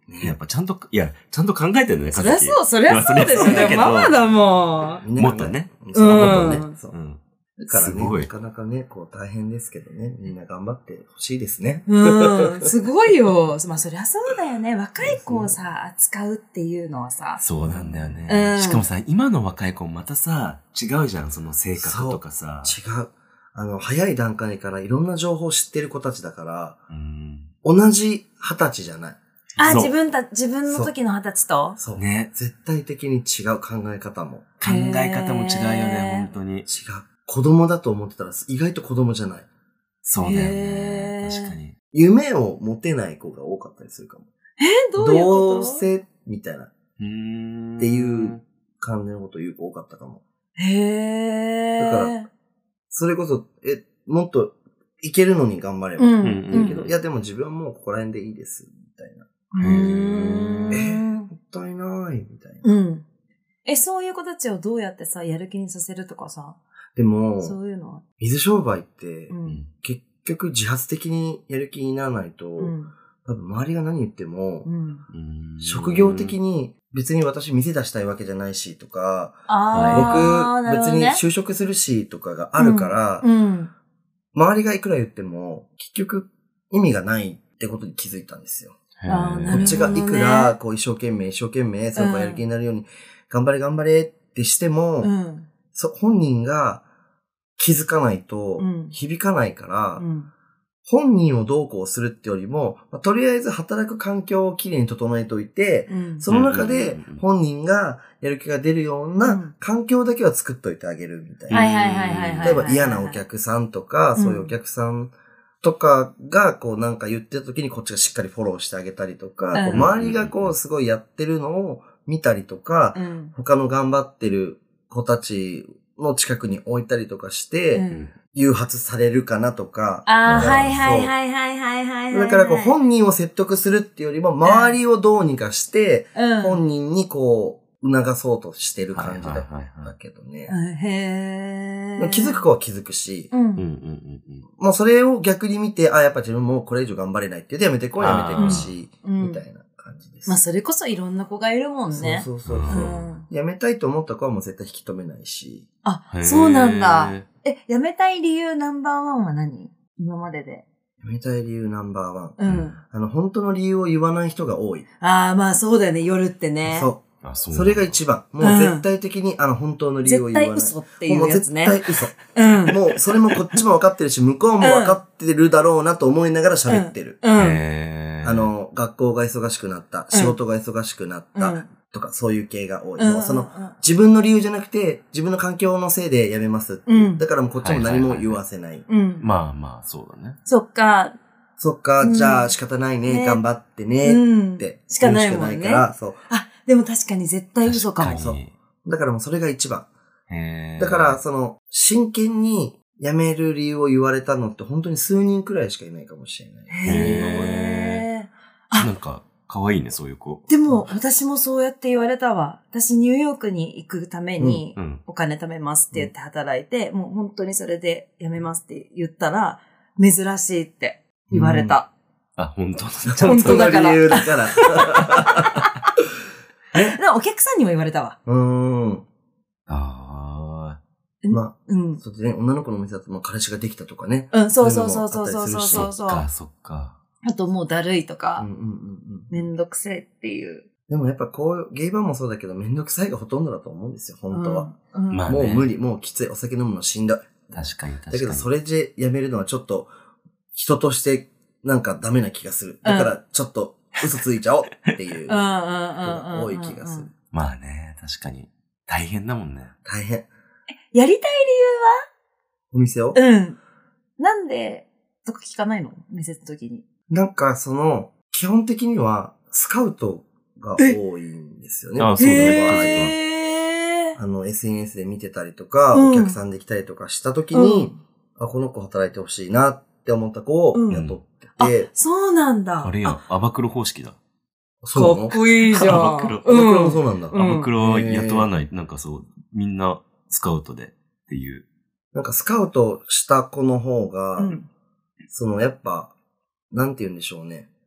やっぱちゃんと、いや、ちゃんと考えてるね、 そりゃそう、そりゃそうでしょ。でもママだもん。 もっとね。 そう、もっとね。そう。だからね、 なかなかね、こう大変ですけどね、みんな頑張ってほしいですね。 うん、すごいよ。まあそりゃそうだよね。若い子をさ、扱うっていうのはさ。 そうなんだよね。うん、しかもさ、今の若い子もまたさ、違うじゃん、その性格とかさ。 違う。あの、早い段階からいろんな情報を知ってる子たちだから、うん、同じ二十歳じゃない。 あ、自分た、自分の時の二十歳とそう。ね。絶対的に違う考え方も。 考え方も違うよね、本当に。違う。 子供だと思ってたら意外と子供じゃない。 そうだよね。確かに。 夢を持てない子が多かったりするかも。 え、どういうこと？ どうせみたいな。っていう感じのこと言う子多かったかも。 へー。だから、それこそ、え、もっといけるのに頑張れば。うん。言うけど、いやでも自分はもうここら辺でいいです。みたいな。 うーん。 え、もったいない。みたいな。 うん。え、そういう子たちをどうやってさ、やる気にさせるとかさ。 でも、 そういうのは水商売って、うん、結局自発的にやる気にならないと、うん、多分周りが何言っても、うん、職業的に別に私店出したいわけじゃないしとか、僕別に就職するしとかがあるから、うんうん、周りがいくら言っても結局意味がないってことに気づいたんですよ。こっちがいくらこう一生懸命一生懸命その子やる気になるように頑張れ頑張れってしても、うん、そ本人が気づかないと響かないから、うん、本人をどうこうするってよりも、まあ、とりあえず働く環境をきれいに整えておいて、うん、その中で本人がやる気が出るような環境だけは作っといてあげるみたいな。例えば嫌なお客さんとか、そういうお客さんとかがこうなんか言ってた時にこっちがしっかりフォローしてあげたりとか、うん、こう周りがこうすごいやってるのを見たりとか、うん、他の頑張ってる子たちの近くに置いたりとかして、うん、誘発されるかなとか。 ああ、はいはいはいはいはいはい、はい。 だからこう本人を説得するっていうよりも、周りをどうにかして、うん、本人にこう、促そうとしてる感じだったけどね。 へー。 気づく子は気づくし、うん、もうそれを逆に見て、あ、やっぱ自分もこれ以上頑張れないって言ってやめてこうやめてほしい、みたいな感じです。 まあそれこそいろんな子がいるもんね。 そうそうそうそう、うん。やめたいと思った子はもう絶対引き止めないし。 あ、そうなんだ。え、やめたい理由ナンバーワンは何？今までで。 やめたい理由ナンバーワン。うん。あの、本当の理由を言わない人が多い。 ああ、まあそうだよね、夜ってね。 そう。あ、そう。それが一番。もう絶対的に、うん、あの、本当の理由を言わない。 絶対嘘っていうやつね。 もう絶対嘘。うん。もう、それもこっちも分かってるし、向こうも分かってるだろうなと思いながら喋ってる。うん。うん、あの、学校が忙しくなった。仕事が忙しくなった。うんとか、そういう系が多い。うん、もうその、自分の理由じゃなくて、自分の環境のせいで辞めますって、うん。だからもうこっちも何も言わせない。 まあまあ、そうだね。 そっか。 そっか、じゃあ仕方ないね、ね頑張ってね、って。 しかないもんね。しかないから、 そう。 あ、でも確かに絶対嘘かも。 そう。だからもうそれが一番。へだから、その、真剣に辞める理由を言われたのって本当に数人くらいしかいないかもしれない。 へー。なんか、かわいいね、そういう子。 でも、私もそうやって言われたわ。私、ニューヨークに行くために、お金貯めますって言って働いて、うんうん、もう本当にそれで辞めますって言ったら、珍しいって言われた。 うん、あ、本当ちゃんとの理由だから。 えでもお客さんにも言われたわ。 うーん。 ああ。 まあ、うん。そうね、女の子のお店だと、まあ、彼氏ができたとかね。 うん、そうそうそうそうそうそうそう。 そっか、そっか。 あともうだるいとか、うんうんうんうん、めんどくせえっていう。 でもやっぱこう、ゲイバーもそうだけど、めんどくさいがほとんどだと思うんですよ、本当は。うんうん、もう無理、もうきつい、お酒飲むのしんどい。 確かに確かに。 だけどそれでやめるのはちょっと、人としてなんかダメな気がする。だからちょっと嘘ついちゃおうっていうのが多い気がする。 まあね、確かに。大変だもんね。 大変。 やりたい理由は？ お店を？ うん。なんで、とか聞かないの？面接の時に。 なんかその、基本的にはスカウトが多いんですよね。 ああ、そうだね。 あの、エスエヌエス で見てたりとか、うん、お客さんで来たりとかした時に、うん、あ、この子働いてほしいなって思った子を雇ってて。うん、 あ、そうなんだ。 あれや、アバクロ方式だ。 そうかっこいいじゃん。 アバクロ。アバクロもそうなんだ。 アバクロ雇わない、なんかそう、みんなスカウトでっていう。 なんかスカウトした子の方が、うん、そのやっぱ、なんて言うんでしょうね。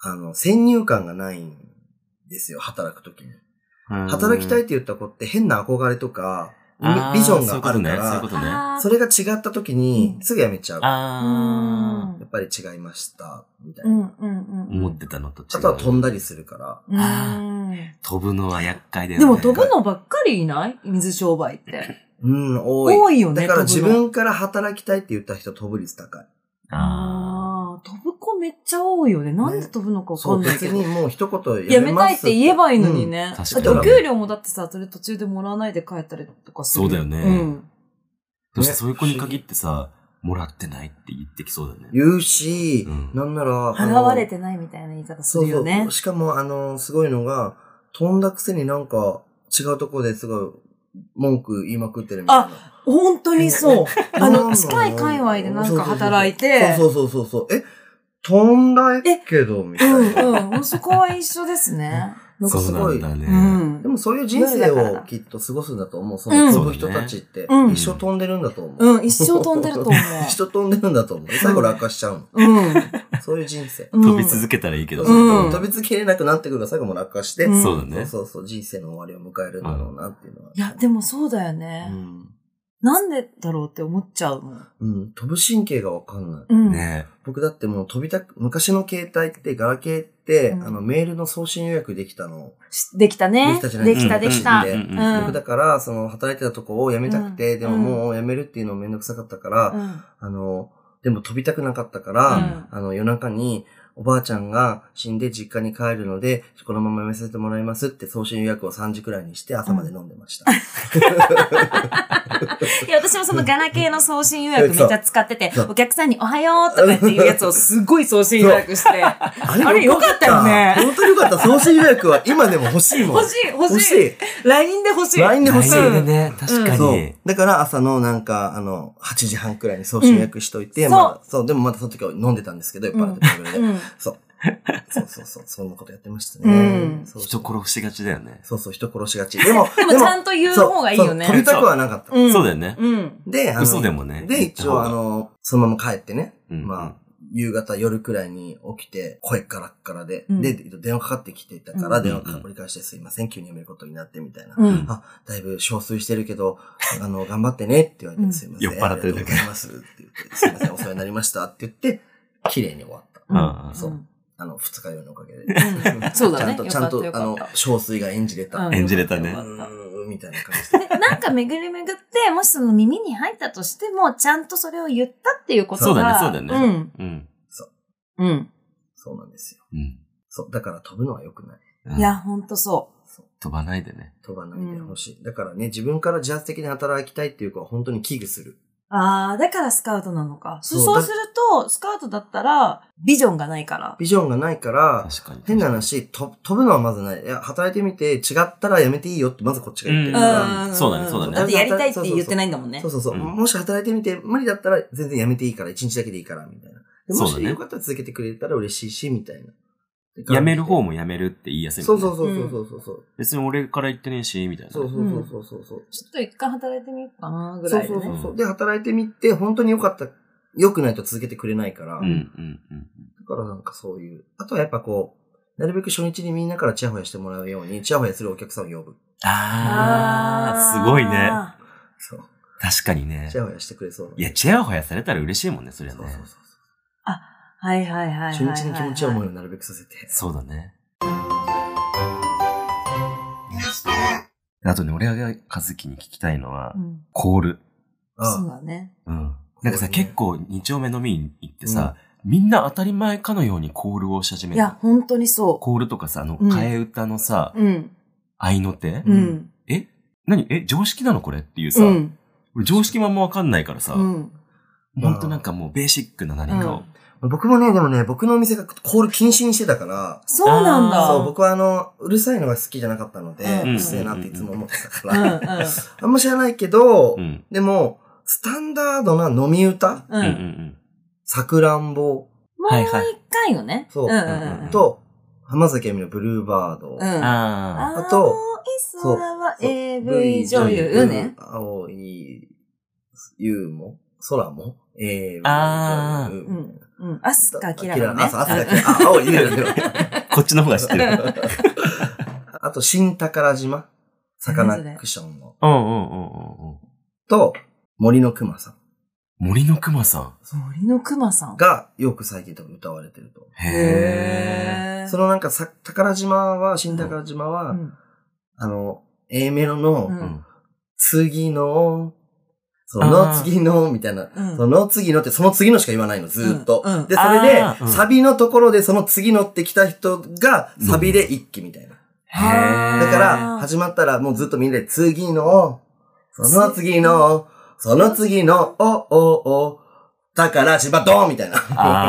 あの、先入観がないんですよ、働くときに。働きたいって言った子って変な憧れとか、ビジョンがあるから、そ, ねね、それが違った時にすぐ辞めちゃう。あやっぱり違いました、みたいな。うんうんうん、思ってたのと違う。 あとは飛んだりするから。 あ飛ぶのは厄介だよね。 でも飛ぶのばっかりいない水商売って。 うん、多い。 多いよね。 だから自分から働きたいって言った人飛ぶ率高い。 ああ、飛ぶ子めっちゃ多いよね。なんで飛ぶのかわかんないけど。 そう、別にもう一言やめます。やめたいって言えばいいのにね。うん、確かに。だってお給料もだってさ、それ途中でもらわないで帰ったりとかする。 そうだよね。うん。そしてそういう子に限ってさ、もらってないって言ってきそうだよね。 言うし、うん、なんなら。 払われてないみたいな言い方するよね。 そうそう。しかも、あの、すごいのが、飛んだくせになんか違うところですごい文句言いまくってるみたいな。あ、 本当にそう。あの、近い界隈でなんか働いて。 そうそうそうそう。え、飛んだけど、みたいな。 うんうん。そこは一緒ですね。 なんかすごい。そうなんだね。うん。でもそういう人生をきっと過ごすんだと思う。その飛ぶ人たちって、一生飛んでるんだと思う。 うん、一生飛んでると思う。 一生飛んでるんだと思う。最後落下しちゃうの。うん。そういう人生。 飛び続けたらいいけど。 うん。飛び続けれなくなってくるから最後も落下して。 そうだね。 そうそう、人生の終わりを迎えるんだろうなっていうのは。 いや、でもそうだよね。うん。なんでだろうって思っちゃうもん。 うん。飛ぶ神経がわかんない。うん。ね僕だってもう飛びたく、昔の携帯って、ガラケーって、うん、あの、メールの送信予約できたの。 できたね。 できたじゃないですか。できた、できた。僕だから、その、働いてたとこを辞めたくて、うん、でももう辞めるっていうのめんどくさかったから、うん、あの、でも飛びたくなかったから、うん、あの、夜中に、おばあちゃんが死んで実家に帰るので、このまま辞めさせてもらいますって送信予約をさんじくらいにして朝まで飲んでました。うん、 いや、私もそのガラケーの送信予約めっちゃ使ってて、お客さんにおはようとかっていうやつをすごい送信予約して。あれよかったよね。 本当によかった。送信予約は今でも欲しいもん。 欲しい、欲しい。欲しい。ライン で欲しい。 ライン で欲しい。 ライン でね、確かに、 うん。だから朝のなんか、あの、はちじはんくらいに送信予約しといて、うん、まあ、そう、でもまたその時は飲んでたんですけど、いっぱいあってテーブルで。うんそう。そうそうそう。そんなことやってましたね。うん、 そうそう人殺しがちだよね。 そうそう、人殺しがち。でも、 でもちゃんと言う方がいいよね。 飛びたくはなかった。 うん、そうだよね。 うん。 で、 あの、嘘でもね。 で、一応あの、そのまま帰ってね。うん、まあ、夕方夜くらいに起きて、声カラッカラで、うん、で、電話かかってきてたから、電話かかり返してすいません、急に辞めることになってみたいな。うん、あ、だいぶ憔悴してるけど、あの、頑張ってねって言われて、すいません。 酔っ払ってるだけ。 ありがとうございますって言って、すいません、お世話になりましたって言って、綺麗に終わった。うん、そう。あの、二日酔いのおかげで。 うん、そうだね。 ちゃんと、ちゃんと、あの、憔悴が演じれた。 演じれたね。 みたいな感じで。なんか巡り巡って、もしその耳に入ったとしても、ちゃんとそれを言ったっていうことが。 そうだね、そうだね。うん。うん。 そう。 うん。 そうなんですよ。うん。そう。だから飛ぶのは良くない。 うん、いや、ほんとそう。 そう。 飛ばないでね。 飛ばないでほしい。うん、だからね、自分から自発的に働きたいっていう子は本当に危惧する。 ああ、だからスカウトなのか。そう、そうすると、スカウトだったら、ビジョンがないから。 ビジョンがないから、確かに変な話、と飛ぶのはまずない。いや、働いてみて、違ったらやめていいよって、まずこっちが言ってるから。 そうだね、そうだね。 だってやりたいって言ってないんだもんね。 そうそうそう。うん、もし働いてみて、無理だったら全然やめていいから、一日だけでいいから、みたいな。もしよかったら続けてくれたら嬉しいし、みたいな。 やめる方もやめるって言いやすいもんね。そうそうそうそうそう。 別に俺から言ってねえし、みたいな。 そうそうそうそうそう。 ちょっと一回働いてみようかな、ぐらいで、ね。そうそうそう。で、 働いてみて、本当に良かった、良くないと続けてくれないから。うんうんうん。だからなんかそういう。あとはやっぱこう、なるべく初日にみんなからチヤホヤしてもらうように、チヤホヤするお客さんを呼ぶ。 あー、すごいね。 そう。 確かにね。 チヤホヤしてくれそう。 いや、チヤホヤされたら嬉しいもんね、それはね。そうそうそう。 あ、はいはいはいはい。 初日に気持ちを思うようになるべくさせて。 そうだね。あとね、俺が和樹に聞きたいのは、うん、コール。 そうだね。 うん。なんかさ、ね、結構二丁目飲みに行ってさ、うん、みんな当たり前かのようにコールをし始める。 いや、本当にそう。 コールとかさ、あの、替え歌のさ、うん、合いの手、 うん、 え何え常識なのこれっていうさ、うん、俺常識もあんまわかんないからさ、うん、ほんとなんかもうベーシックな何かを。 うん、僕もね、でもね、僕のお店がコール禁止にしてたから。 そうなんだ。 そう、僕はあの、うるさいのが好きじゃなかったので、うるせえなっていつも思ってたから。うんうん、あんま知らないけど、うん、でも、スタンダードな飲み歌、うんうんうん、さくらんぼ。 もう一回よね。 そう、うんうんうん。と、浜崎あゆみのブルーバード。うん、あ, あと、 そう。空は エーブイ 女優ね。 青い、夕も、空も、エーブイ 女優。 うん。アスカキララね。 あ、そう、アスカキララ。あ、青いね。 こっちの方が知ってる。 あと、新宝島。サカナクションの。 うんうんうんうん。 と、森の熊さん。 森の熊さん。 森の熊さん。 が、よく最近多分歌われてると。 へー。 そのなんかさ、宝島は、新宝島は、うん、あの、A メロの、うん、次の、その次の、みたいな、うん、その次のって、その次のしか言わないの、ずーっと。うんうん、で、それで、サビのところでその次のって来た人が、サビで一気みたいな。へー。だから、始まったらもうずっとみんなで、次の、その次の、その次の、お、お、お、宝島ドーンみたいな。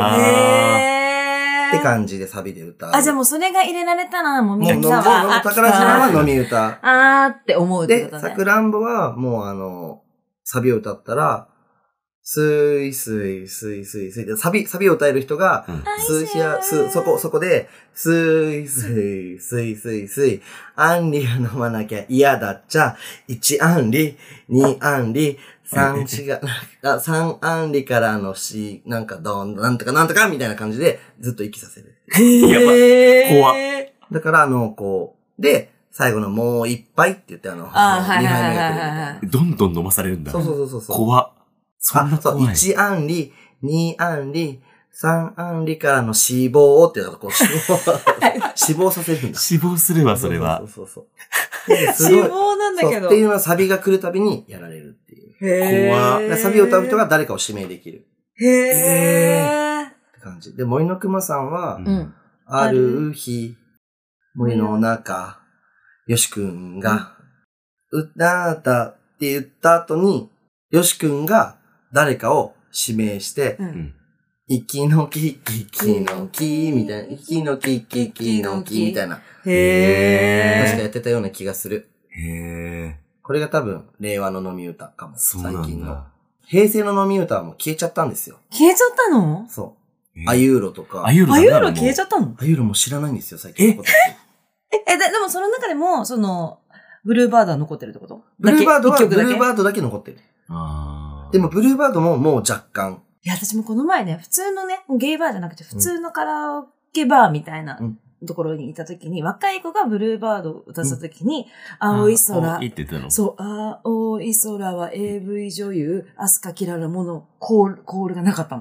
へー。って感じでサビで歌う。 あ、じゃあもうそれが入れられたら、もうみんなは。 もう、宝島は飲み歌。 あーって思うってことね。 で、さくらんぼは、もうあの、サビを歌ったら、スイスイスイスイスイで、サビ、サビを歌える人が、スイスや、ス、そこ、そこで、スイスイスイスイスイ、アンリが飲まなきゃ嫌だっちゃ、いちアンリ、にアンリ、さんしが、あ、さんアンリからのし、なんかどん、なんとかなんとかみたいな感じで、ずっと息させる。 へー。怖っ。 だからあの、こう、で、最後のもう一杯って言ってあの、 あー、 にはいはいはいめが来るみたいはいはな。 どんどん飲まされるんだ。 そうそうそうそう。 怖っ。そんな怖い。 そう、いちアンリ、にアンリ、さんアンリからの死亡っていうのがこう死亡、死亡させるんだ。 死亡するわ、それは。 そうそうそう。 死亡なんだけど。 っていうのはサビが来るたびにやられるっていう。 へー。 怖サビを歌う人が誰かを指名できる。 へー。 って感じ。で、森の熊さんは、 うん、 ある日、森の中、よしくんが、歌ったって言った後に、よしくんが誰かを指名して、うん、息のキキキのキみたいな、息のキキキのキみたいな。 へー。 確かやってたような気がする。 へー。 これが多分、令和の飲み歌かも。最近の。平成の飲み歌はもう消えちゃったんですよ。 消えちゃったの？ そう。あゆうろとか。 あゆうろあゆうろ消えちゃったの？ あゆうろも知らないんですよ、最近のこと。 え、え、でもその中でも、その、ブルーバードは残ってるってこと？ ブルーバードは、ブルーバードだけ残ってる。 あでも、ブルーバードももう若干。 いや、私もこの前ね、普通のね、ゲイバーじゃなくて、普通のカラオケバーみたいなところにいたときに、うん、若い子がブルーバードを歌ったときに、うん、青い空。 いいって言ってたの？ そう、青い空は エーブイ 女優、アスカキララものコール、コールがなかったの。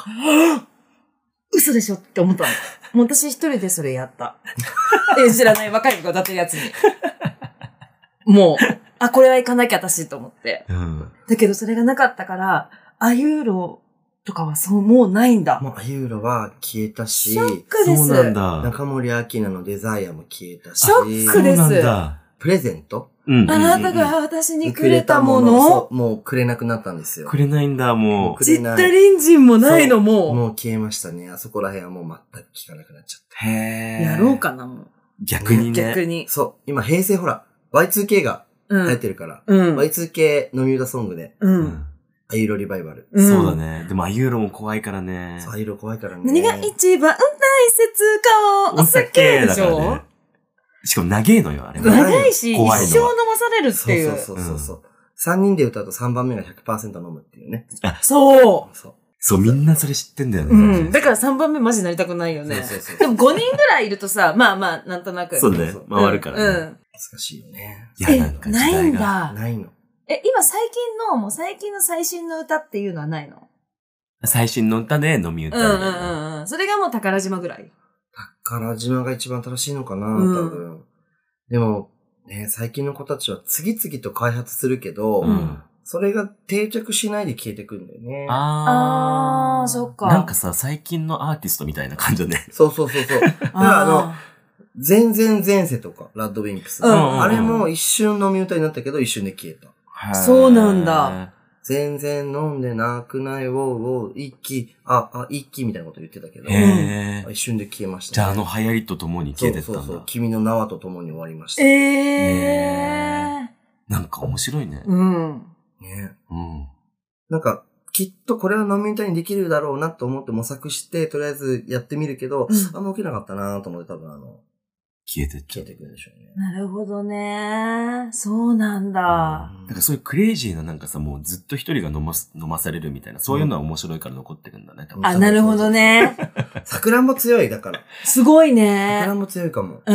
嘘でしょって思ったの。もう私一人でそれやった。え、知らない若い子が歌ってるやつに。もう、あ、これは行かなきゃ私と思って。うん、だけどそれがなかったから、あゆうろとかはそう、もうないんだ。 もうあゆうろは消えたし、 ショックです。 そうなんだ。 中森明菜のデザイアも消えたし、 ショックです。 そうなんだ。 プレゼント、 うん、あなたが私にくれたもの、 そう、もうくれなくなったんですよ。 くれないんだ、もう。 ちった隣人もないの、もう。 もう消えましたね。あそこら辺はもう全く聞かなくなっちゃった。 へー。 やろうかな、もう。 逆にね。 逆に。 そう。今、平成ほら、ワイツーケー が流行ってるから、 うん、 ワイツーケー 飲み歌ソングで、 うん。 あゆうろリバイバル、 うん。そうだね。でもあゆうろも怖いからね。 そう、あゆうろ怖いからね。 何が一番大切かをお酒でしょ、ね、 しかも長いのよ、あれは。 長いし、一生飲まされるっていう。 そうそうそうそう。うん、さんにんで歌うとさんばんめが ひゃくパーセント 飲むっていうね。 あ、そう。 そう。 そう、みんなそれ知ってんだよね。 うん。だからさんばんめマジなりたくないよね。そうそうそう。でもごにんぐらいいるとさ、まあまあ、なんとなく。 そうね。回るからね。うん。 難しいよね。 いや、なんか時代が。 ないんだ。 ないの。 え、今最近の、もう最近の最新の歌っていうのはないの？ 最新の歌で飲み歌みたいな。 うんうんうん。それがもう宝島ぐらい。 宝島が一番正しいのかな、多分。うん、でも、ね、最近の子たちは次々と開発するけど、うん、それが定着しないで消えてくんだよね。 あー、あーそっか。 なんかさ、最近のアーティストみたいな感じだね。 そうそうそうそう。だからあの、全然前世とか、ラッドウィンプス。うん、あれも一瞬飲み歌になったけど、一瞬で消えた。 そうなんだ。 全然飲んでなくない、ウォーウォー、一気、あ、あ、一気みたいなこと言ってたけど、 へ一瞬で消えました、ね。 じゃああの流行りとともに消えてったんだ。 そうそうそう。君の縄とともに終わりました。 ええー。なんか面白いね。 うん。 ね。 うん。 なんか、きっとこれは飲み歌にできるだろうなと思って模索して、とりあえずやってみるけど、うん、あんま受けなかったなと思って多分あの、 消えてっちゃう。 消えてくるでしょうね。 なるほどね。そうなんだ。 うん、なんかそういうクレイジーななんかさ、もうずっと一人が飲ま、飲まされるみたいな、そういうのは面白いから残ってるんだね、多分。 あ、なるほどね。 さくらんぼ強い、だから。 すごいね。 さくらんぼ強いかも。 うん。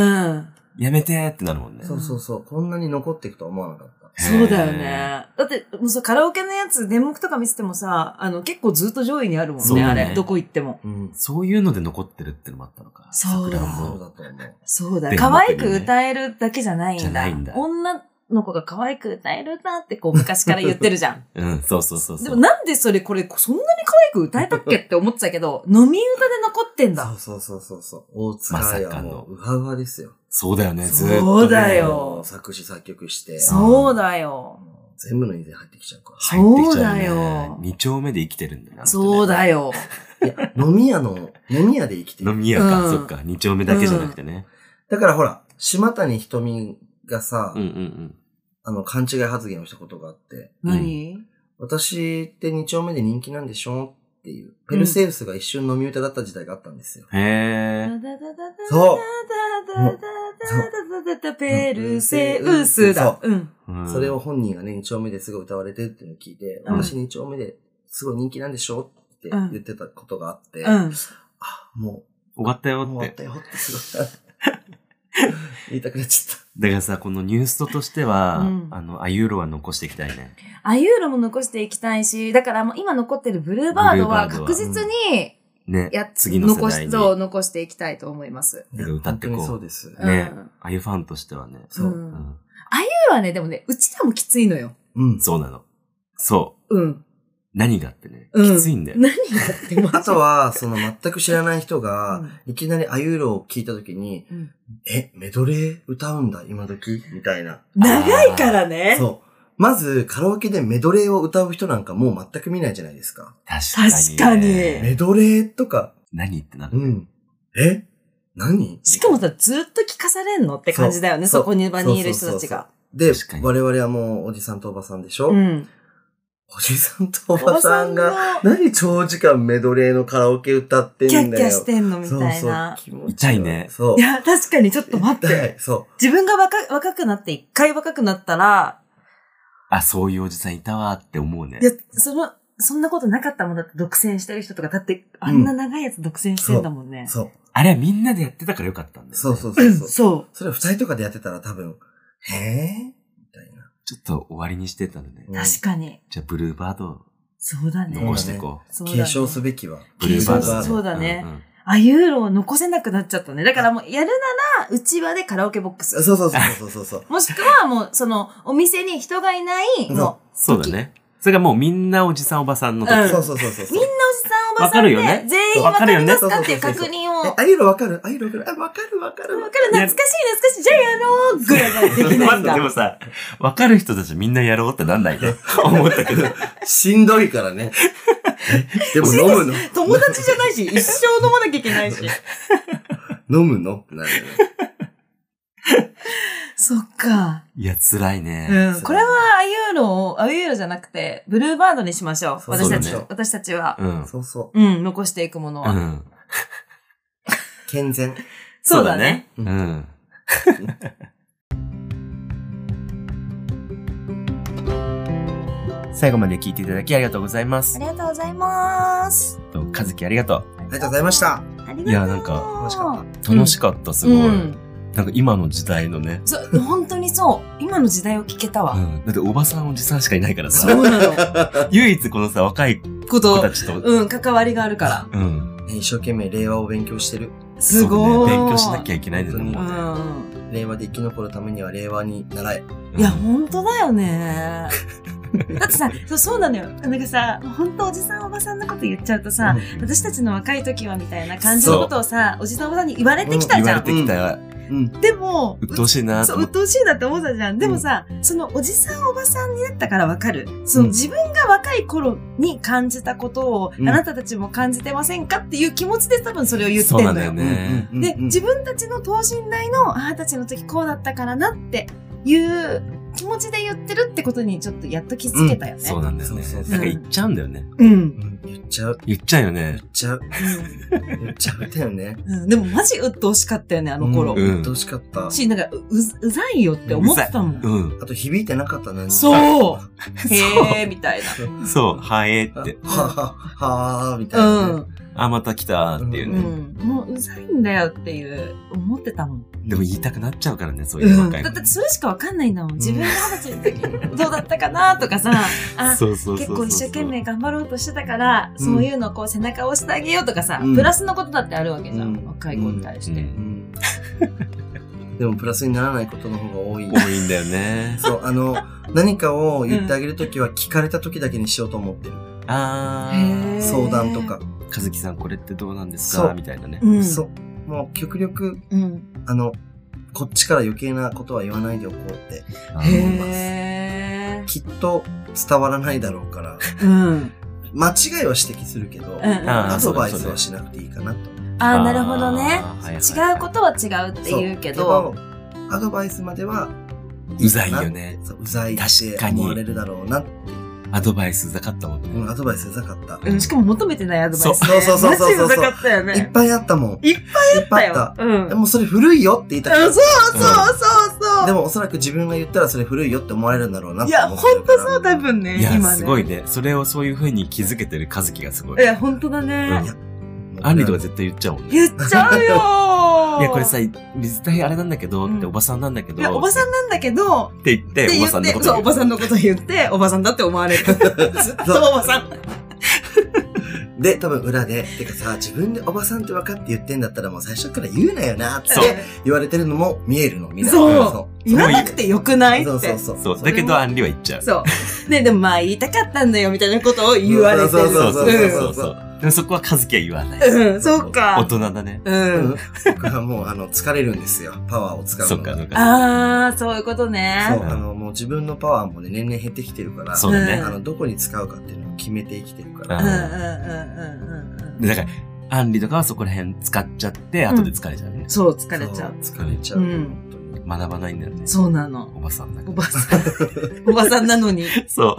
やめてーってなるもんね。 そうそうそう。こんなに残っていくとは思わなかった。 そうだよね。だって、もうさ、カラオケのやつ、電目とか見せてもさ、あの、結構ずっと上位にあるもんね、ねあれ。どこ行っても、 うん。 そういうので残ってるってのもあったのか。 そうだ。 そうだと思う。 そうだ。可愛く歌えるだけじゃないんだ。 じゃないんだ。 女の子が可愛く歌えるなってこう昔から言ってるじゃん。 うん、そうそうそうそう。 でもなんでそれこれそんなに可愛く歌えたっけって思ってたけど、飲み歌で残ってんだ。 そうそうそうそう。大塚愛はもう、うはうはですよ。 そうだよね、ずっと、ね。 そうだよ。 作詞作曲して。 そうだよ。 全部の印税入ってきちゃうから。 入ってきちゃう、 ね。そうだよ。 二丁目で生きてるんだな、ね。 そうだよ。 いや、飲み屋の、飲み屋で生きてる。 飲み屋か、うん、そっか。二丁目だけじゃなくてね。 うん、だからほら、島谷ひとみがさ、 うんうんうん、 あの、勘違い発言をしたことがあって。 何、うん、 私って二丁目で人気なんでしょっていう。ペルセウスが一瞬飲み歌だった時代があったんですよ。 うん、へー。 そう。 ペルセウスだ。 そう。うん。それを本人がね、二丁目ですごい歌われてるっていうのを聞いて、うん、私二丁目ですごい人気なんでしょって言ってたことがあって、うん、あ、もう、終わったよって。 終わったよってすごい。言いたくなっちゃった。 だからさ、このニューストとしては、うん、あの、アユーロは残していきたいね。 アユーロも残していきたいし、だからもう今残ってるブルーバードは確実に、 ね、 や次の世代に残し、残していきたいと思います。 歌ってこう。 そうです。 ね、うん、あゆファンとしてはね。 そう。うん、あゆはね、でもね、うちらもきついのよ。 うん。そうなの。そう。 うん。 何がってね、うん、きついんだよ。 何がってあとは、その全く知らない人が、いきなりあゆーろを聞いたときに、うん、え、メドレー歌うんだ、今時みたいな。 長いからね。 そう。まず、カラオケでメドレーを歌う人なんかもう全く見ないじゃないですか。 確かに。 確かに。 メドレーとか。 何ってなる。 うん。え何しかもさ、ずっと聞かされんのって感じだよね、そ, そこに場にいる人たちが。 で、我々はもうおじさんとおばさんでしょうん。おじさんとおばさんが、何長時間メドレーのカラオケ歌ってんだよ。 キャッキャしてんのみたいな。 そうそう痛いね。 そう。 いや、確かにちょっと待って。 そう。 自分が若若くなって、一回若くなったら、 あ、そういうおじさんいたわって思うね。 いや、その、そんなことなかったもんだって独占してる人とか、だってあんな長いやつ独占してんだもんね。 うん、そう。そうあれはみんなでやってたからよかったんだよね。 そうそうそうそう。 そう。 それを二人とかでやってたら多分、へぇみたいな。 ちょっと終わりにしてたのね。 確かに。 じゃあブルーバード。 そうだね。 残していこう。継承すべきは。 ブルーバード。 そうだね。あゆーろを残せなくなっちゃったね。だからもうやるなら、うちわでカラオケボックス。 そうそうそうそうそう。 もしくはもう、その、お店に人がいないの。 そうだね。それがもうみんなおじさんおばさんの時。 うん、そうそうそうそう。 みんなおじさんおばさんで、ね、全員わかりますかっていう確認を。 あゆーろわかるあゆーろわかるあ、わかるわかるわかる。懐かしい懐かしい。じゃあやろうぐらいができないんだ。 でもさ、わかる人たちみんなやろうってなんないで。思ったけど。 しんどいからね。でも飲むの。 友達じゃないし、一生飲まなきゃいけないし。 飲むのってなるよね。 そっか。 いや、辛いね。 うん。これは、あゆーろを、あゆーろじゃなくて、ブルーバードにしましょう。そう私たち、ね、私たちは。 うん。 そうそう。うん、残していくものは。うん。 健全。 そうだね。 うん。最後まで聞いていただきありがとうございます。 ありがとうございます。 と、かずきありがとう。 ありがとうございました。 ありがとう。 いや、なんか、 楽しかった。楽しかった、すごい。うんなんか今の時代のね。 そう、本当にそう。今の時代を聞けたわ。 うん。だっておばさんおじさんしかいないからさ。 そうなの。 唯一このさ、若い子たちと。 うん、関わりがあるから。 うん。 一生懸命令和を勉強してる。 すごい。 ね、勉強しなきゃいけないでね、もうね。 うん。 令和で生き残るためには令和に習え。 いや、本当だよね。だってさ、そう、そうなのよ。なんかさ、本当おじさんおばさんのこと言っちゃうとさ、うん、私たちの若い時はみたいな感じのことをさ、おじさんおばさんに言われてきたじゃん。 うん、言われてきた。 うん、 でも、 うっとうしいなそう、うっとうしいなって思ったじゃん。でもさ、うん、そのおじさんおばさんになったからわかる。その自分が若い頃に感じたことを、うん、あなたたちも感じてませんかっていう気持ちで多分それを言ってんのよ。 そうなんだよね。 で、自分たちの等身大の、あなたたちの時こうだったからなっていう気持ちで言ってるってことにちょっとやっと気づけたよね。うん、 そうなんだよね。 そうそうそうなんか言っちゃうんだよね。 うん。うん、 言っちゃう。 言っちゃうよね。 言っちゃう。言っちゃったよね。 うん。でもマジ鬱陶しかったよね、あの頃。 うん、鬱陶しかった。 し、なんかう、うざいよって思ってたもん。 うん。 あと響いてなかったね。 そうへーみたいな。 そう、はえーって。 はは、はーみたいな、ね。うん。 あ、また来たっていうね、 うん。もううざいんだよっていう思ってたもん。 でも言いたくなっちゃうからね、そういう若い、 うん。だってそれしかわかんないんだもん。自分が二十歳の時どうだったかなとかさ、あ、そうそうそうそう、結構一生懸命頑張ろうとしてたから、うん、そういうのこう背中を押してあげようとかさ、うん、プラスのことだってあるわけじゃん。うん、若い子に対して。うんうんでもプラスにならないことの方が多い。 多いんだよね。 そう、あの、何かを言ってあげるときは聞かれたときだけにしようと思ってる。 あー。相談とか。 かずきさんこれってどうなんですかみたいなね。 うん、そう。もう極力、うん、あの、こっちから余計なことは言わないでおこうって思います。へー。きっと伝わらないだろうから。うん。間違いは指摘するけど、うん、アドバイスはしなくていいかなと。 ああ、なるほどね。違うことは違うって言うけど。 アドバイスまでは、 うざいよね。 そう、うざいって思われるだろうなって。 アドバイスうざかったもんね。 うん、アドバイスうざかった。 うん、しかも求めてないアドバイス、ね。 そうそうそうそうそう。 マジうざかったよね。 いっぱいあったもん。 いっぱいあったよ。いっぱいあった。うん。 でもそれ古いよって言いたかった。 そうそうそうそう。 でもおそらく自分が言ったらそれ古いよって思われるんだろうなって思ってるから。いや、ほんとそう多分ね。 いや、今ね、すごいね。それをそういう風に気づけてる和樹がすごい。 いや、ほんとだね。 うんアンリとか絶対言っちゃうもんね。 言っちゃうよーいや、これさ、絶対あれなんだけど、って、おばさんなんだけど。 いや、おばさんなんだけど、 って言って、おばさんのことそう、おばさんのこと言って、おばさんだって思われる。ずっとおばさん。 で、多分裏で、てかさ、自分でおばさんって分かって言ってんだったらもう最初から言うなよなって言われてるのも見えるの、みんな。 そう。そう言わなくてよくないって。 そうそうそう。 そう。だけど、アンリは言っちゃう。 そう。ね、でもまあ言いたかったんだよ、みたいなことを言われてる。 そうそうそうそう。 でもそこは和樹は言わない。 うん、そうか。 大人だね。 うん。 僕はもう、あの、疲れるんですよ。パワーを使うのが。 そっか、そっか。 あー、そういうことね。 そう、あの、もう自分のパワーもね、年々減ってきてるから。 そうだね。 あの、どこに使うかっていうのを決めて生きてるから。 うん、うん、うん、うん。 で、だから、アンリとかはそこら辺使っちゃって、後で疲れちゃうね。 そう、疲れちゃう。 疲れちゃう。うん。 学ばないんだよね。 そうなの。 おばさんだから。 おばさん。おばさんなのに。 そう。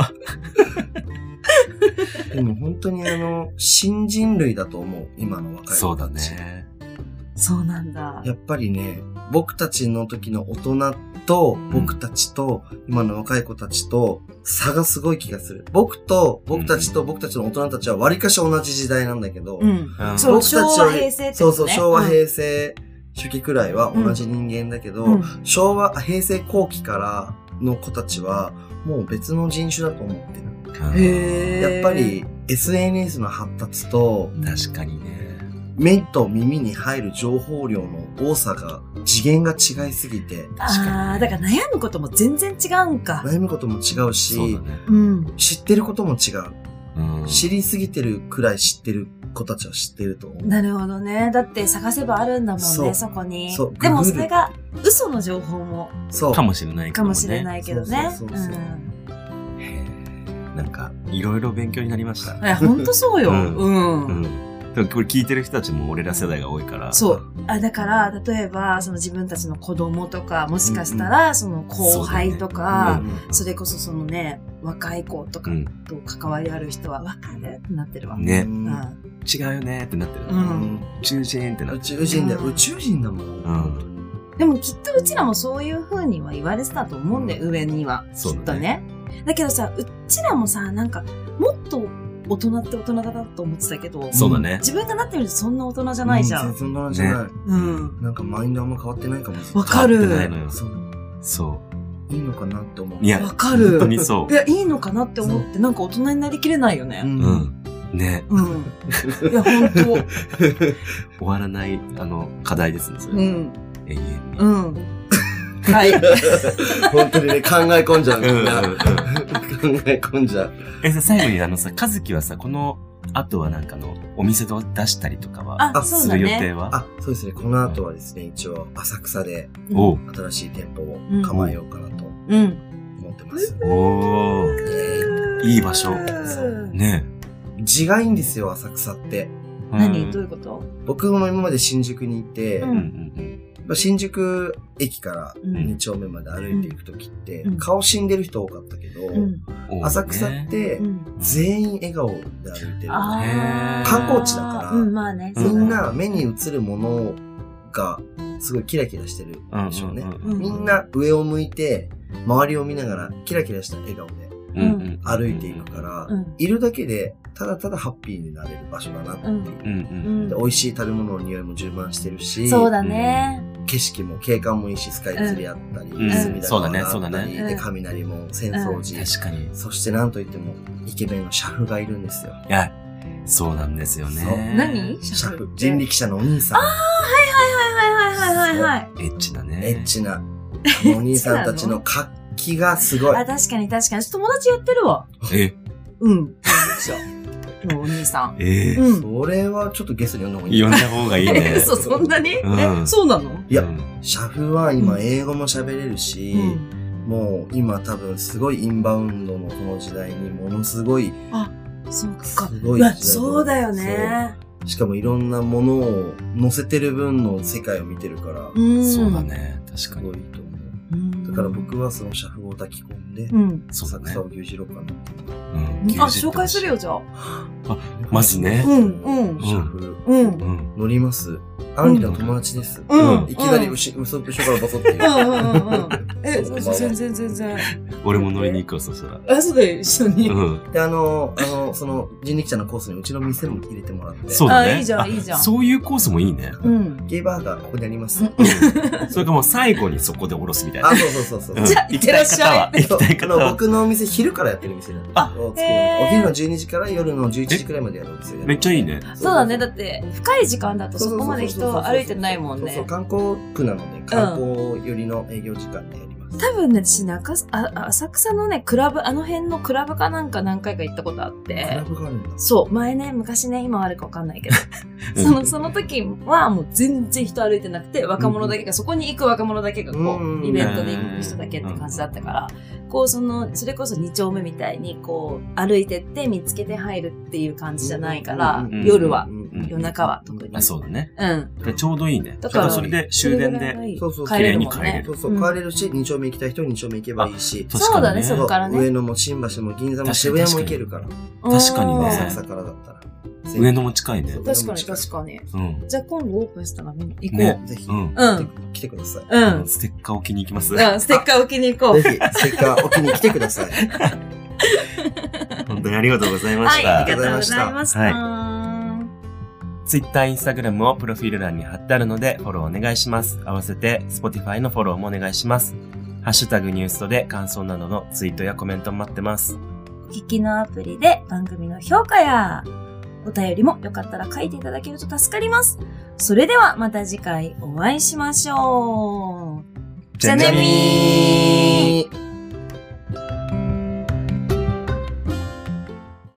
でも本当にあの、新人類だと思う、今の若い子たち。 そうだね。 そうなんだ。 やっぱりね、僕たちの時の大人と、僕たちと、今の若い子たちと、差がすごい気がする。僕と、僕たちと、僕たちの大人たちは割かし同じ時代なんだけど、うん。 そう、昭和平成ってね。 そうそう、昭和平成初期くらいは同じ人間だけど、うん、昭和、平成後期からの子たちは、もう別の人種だと思ってる。 へやっぱり エスエヌエス の発達と、 確かにね。 目と耳に入る情報量の多さが、次元が違いすぎて。 確かに。ああ、だから悩むことも全然違うんか。 悩むことも違うし、 そうだね、 うん、知ってることも違う、 うん。 知りすぎてるくらい知ってる子たちは知ってると思う。 なるほどね。だって探せばあるんだもんね、そ, そこに。そう。でもそれが嘘の情報も。 そう。かもしれないけどね。 かもしれないけどね。 そうそうそうそう。 うん、へー。なんか、いろいろ勉強になりました。 いや、ほんとそうよ。うん。うん。 うんこれ聞いてる人たちも俺ら世代が多いから。 そう。あ、だから、例えば、その自分たちの子供とか、もしかしたら、その後輩とか、それこそそのね、若い子とかと関わりある人は、わかるってなってるわ。 ね。違うよねってなってる。 うん。 宇宙人ってなってる。宇宙人だよ。宇宙人だもん。うん。 でもきっとうちらもそういう風には言われてたと思うんだよ、上には。きっとね。だけどさ、うちらもさ、なんか、もっと、大人って大人だなと思ってたけど。 そうだね。 自分がなってみるとそんな大人じゃないじゃん。 全然大人じゃない。うん。なんかマインドあんま変わってないかもしれない。 わかる。 変わってないのよ。 そう。 そう。 いいのかなって思う。 いや、 わかる。 本当にそう。 いや、いいのかなって思って、なんか大人になりきれないよね。 うん。ね。 うん。いや、本当終わらない、あの、課題ですね、それ。 うん。 永遠に。 うん。はい。 本当にね、考え込んじゃう。みんな。考え込んじゃう。 え、さ、最後にあのさ、和樹はさ、この後はなんかの、お店を出したりとかは、 あ、する予定は？ あ、そうですね。この後はですね、一応、浅草で、新しい店舗を構えようかなと、思ってます。 おー。いい場所。ねえ。字がいいんですよ、浅草って。 何？どういうこと？ 僕も今まで新宿にいて、 新宿駅からに丁目まで歩いていくときって、うん、顔死んでる人多かったけど、うん、浅草って全員笑顔で歩いてる。観光地だから、うんまあね、みんな目に映るものがすごいキラキラしてるでしょうね。みんな上を向いて、周りを見ながらキラキラした笑顔で歩いていくから、うん、いるだけでただただハッピーになれる場所だなっていう、うん、で美味しい食べ物の匂いも充満してるし、 そうだね。 景色も景観もいいし、スカイツリーあったり、 うん、 隅田川があったり、 ねね、 で雷も浅草寺、うん、 確かに。 そしてなんといってもイケメンの車夫がいるんですよ。 いや、そうなんですよね。 何？ 車夫、人力車のお兄さん。 ああ、はいはいはいはいはいはいはい。 エッチなね。 エッチなお兄さんたちの活気がすごい。 あ、確かに確かに。友達やってるわ。 え？ うん。お兄さん。 ええーうん。それはちょっとゲストに呼んだ方がいい。 呼んだ方がいいね。 そう、そんなに、うん、え、そうなの？ いや、車夫は今英語も喋れるし、うん、もう今多分すごいインバウンドのこの時代にものすごい、 あ、そうか。 すごい時代。 そうだよね。 しかもいろんなものを載せてる分の世界を見てるから、 うん、そうだね。確かに。 すごいと思う。だから僕はその車夫を抱き込んで、うん、浅草を牛耳ろうかなって。 うん、あ、紹介するよ、じゃあ。 あ、まずね。 うん、うん。 車夫。うん。乗ります。アンリの友達です。うん。いきなり後ろからバソって言う。うんうんうん。 え、全然全然。 俺も乗りに行くよ、そしたら。 あ、そうだよ、一緒に。 うん。 で、あの、あの、その人力車のコースにうちの店も入れてもらって。 そうだね。 あ、いいじゃん、いいじゃん。 そういうコースもいいね。 うん。 ゲイバーガーここにあります。 それかもう最後にそこで降ろすみたいな。 あ、そうそうそうそう。 じゃあ、行ってらっしゃい。 行きたい方は。 僕のお店昼からやってる店なんで。あ、お昼のじゅうにじから夜のじゅういちじくらいまでやるんですよ。 めっちゃいいね。 そうだね。だって、深い時間だとそこまで人歩いてないもんね。 そうそう、観光区なので、観光寄りの営業時間でやります。 多分ね、私、中、あ、浅草のね、クラブ、あの辺のクラブかなんか何回か行ったことあって。 クラブがあるんだ。 そう、前ね、昔ね、今あるかわかんないけど。その、その時はもう全然人歩いてなくて、若者だけが、そこに行く若者だけがこう、イベントで行く人だけって感じだったから、こう、その、それこそに丁目みたいに、こう、歩いてって見つけて入るっていう感じじゃないから、夜は、夜中は特に。 あ、そうだね。 うん。 ちょうどいいね。だからそれで終電で、 そうそう、 帰れるもんね。 そうそう、帰れるし、に丁目行きたい人はに丁目行けばいいし。 そうだね、そこからね。 上野も新橋も銀座も渋谷も行けるから。 確かにね。 浅草からだったら。 上野も近いね。 確かに確かに。じゃあ今度オープンしたら行こう。ぜひ。うん。来てください。 うん。 ステッカー置きに行きます。 うん、ステッカー置きに行こう。 ぜひ、ステッカー置きに来てください。 本当にありがとうございました。 はい、ありがとうございました。 ツイッター、インスタグラムをプロフィール欄に貼ってあるのでフォローお願いします。合わせて Spotify のフォローもお願いします。ハッシュタグニュースとで感想などのツイートやコメント待ってます。 お聞きのアプリで番組の評価やお便りもよかったら書いていただけると助かります。それではまた次回お会いしましょう。 じゃあねみー。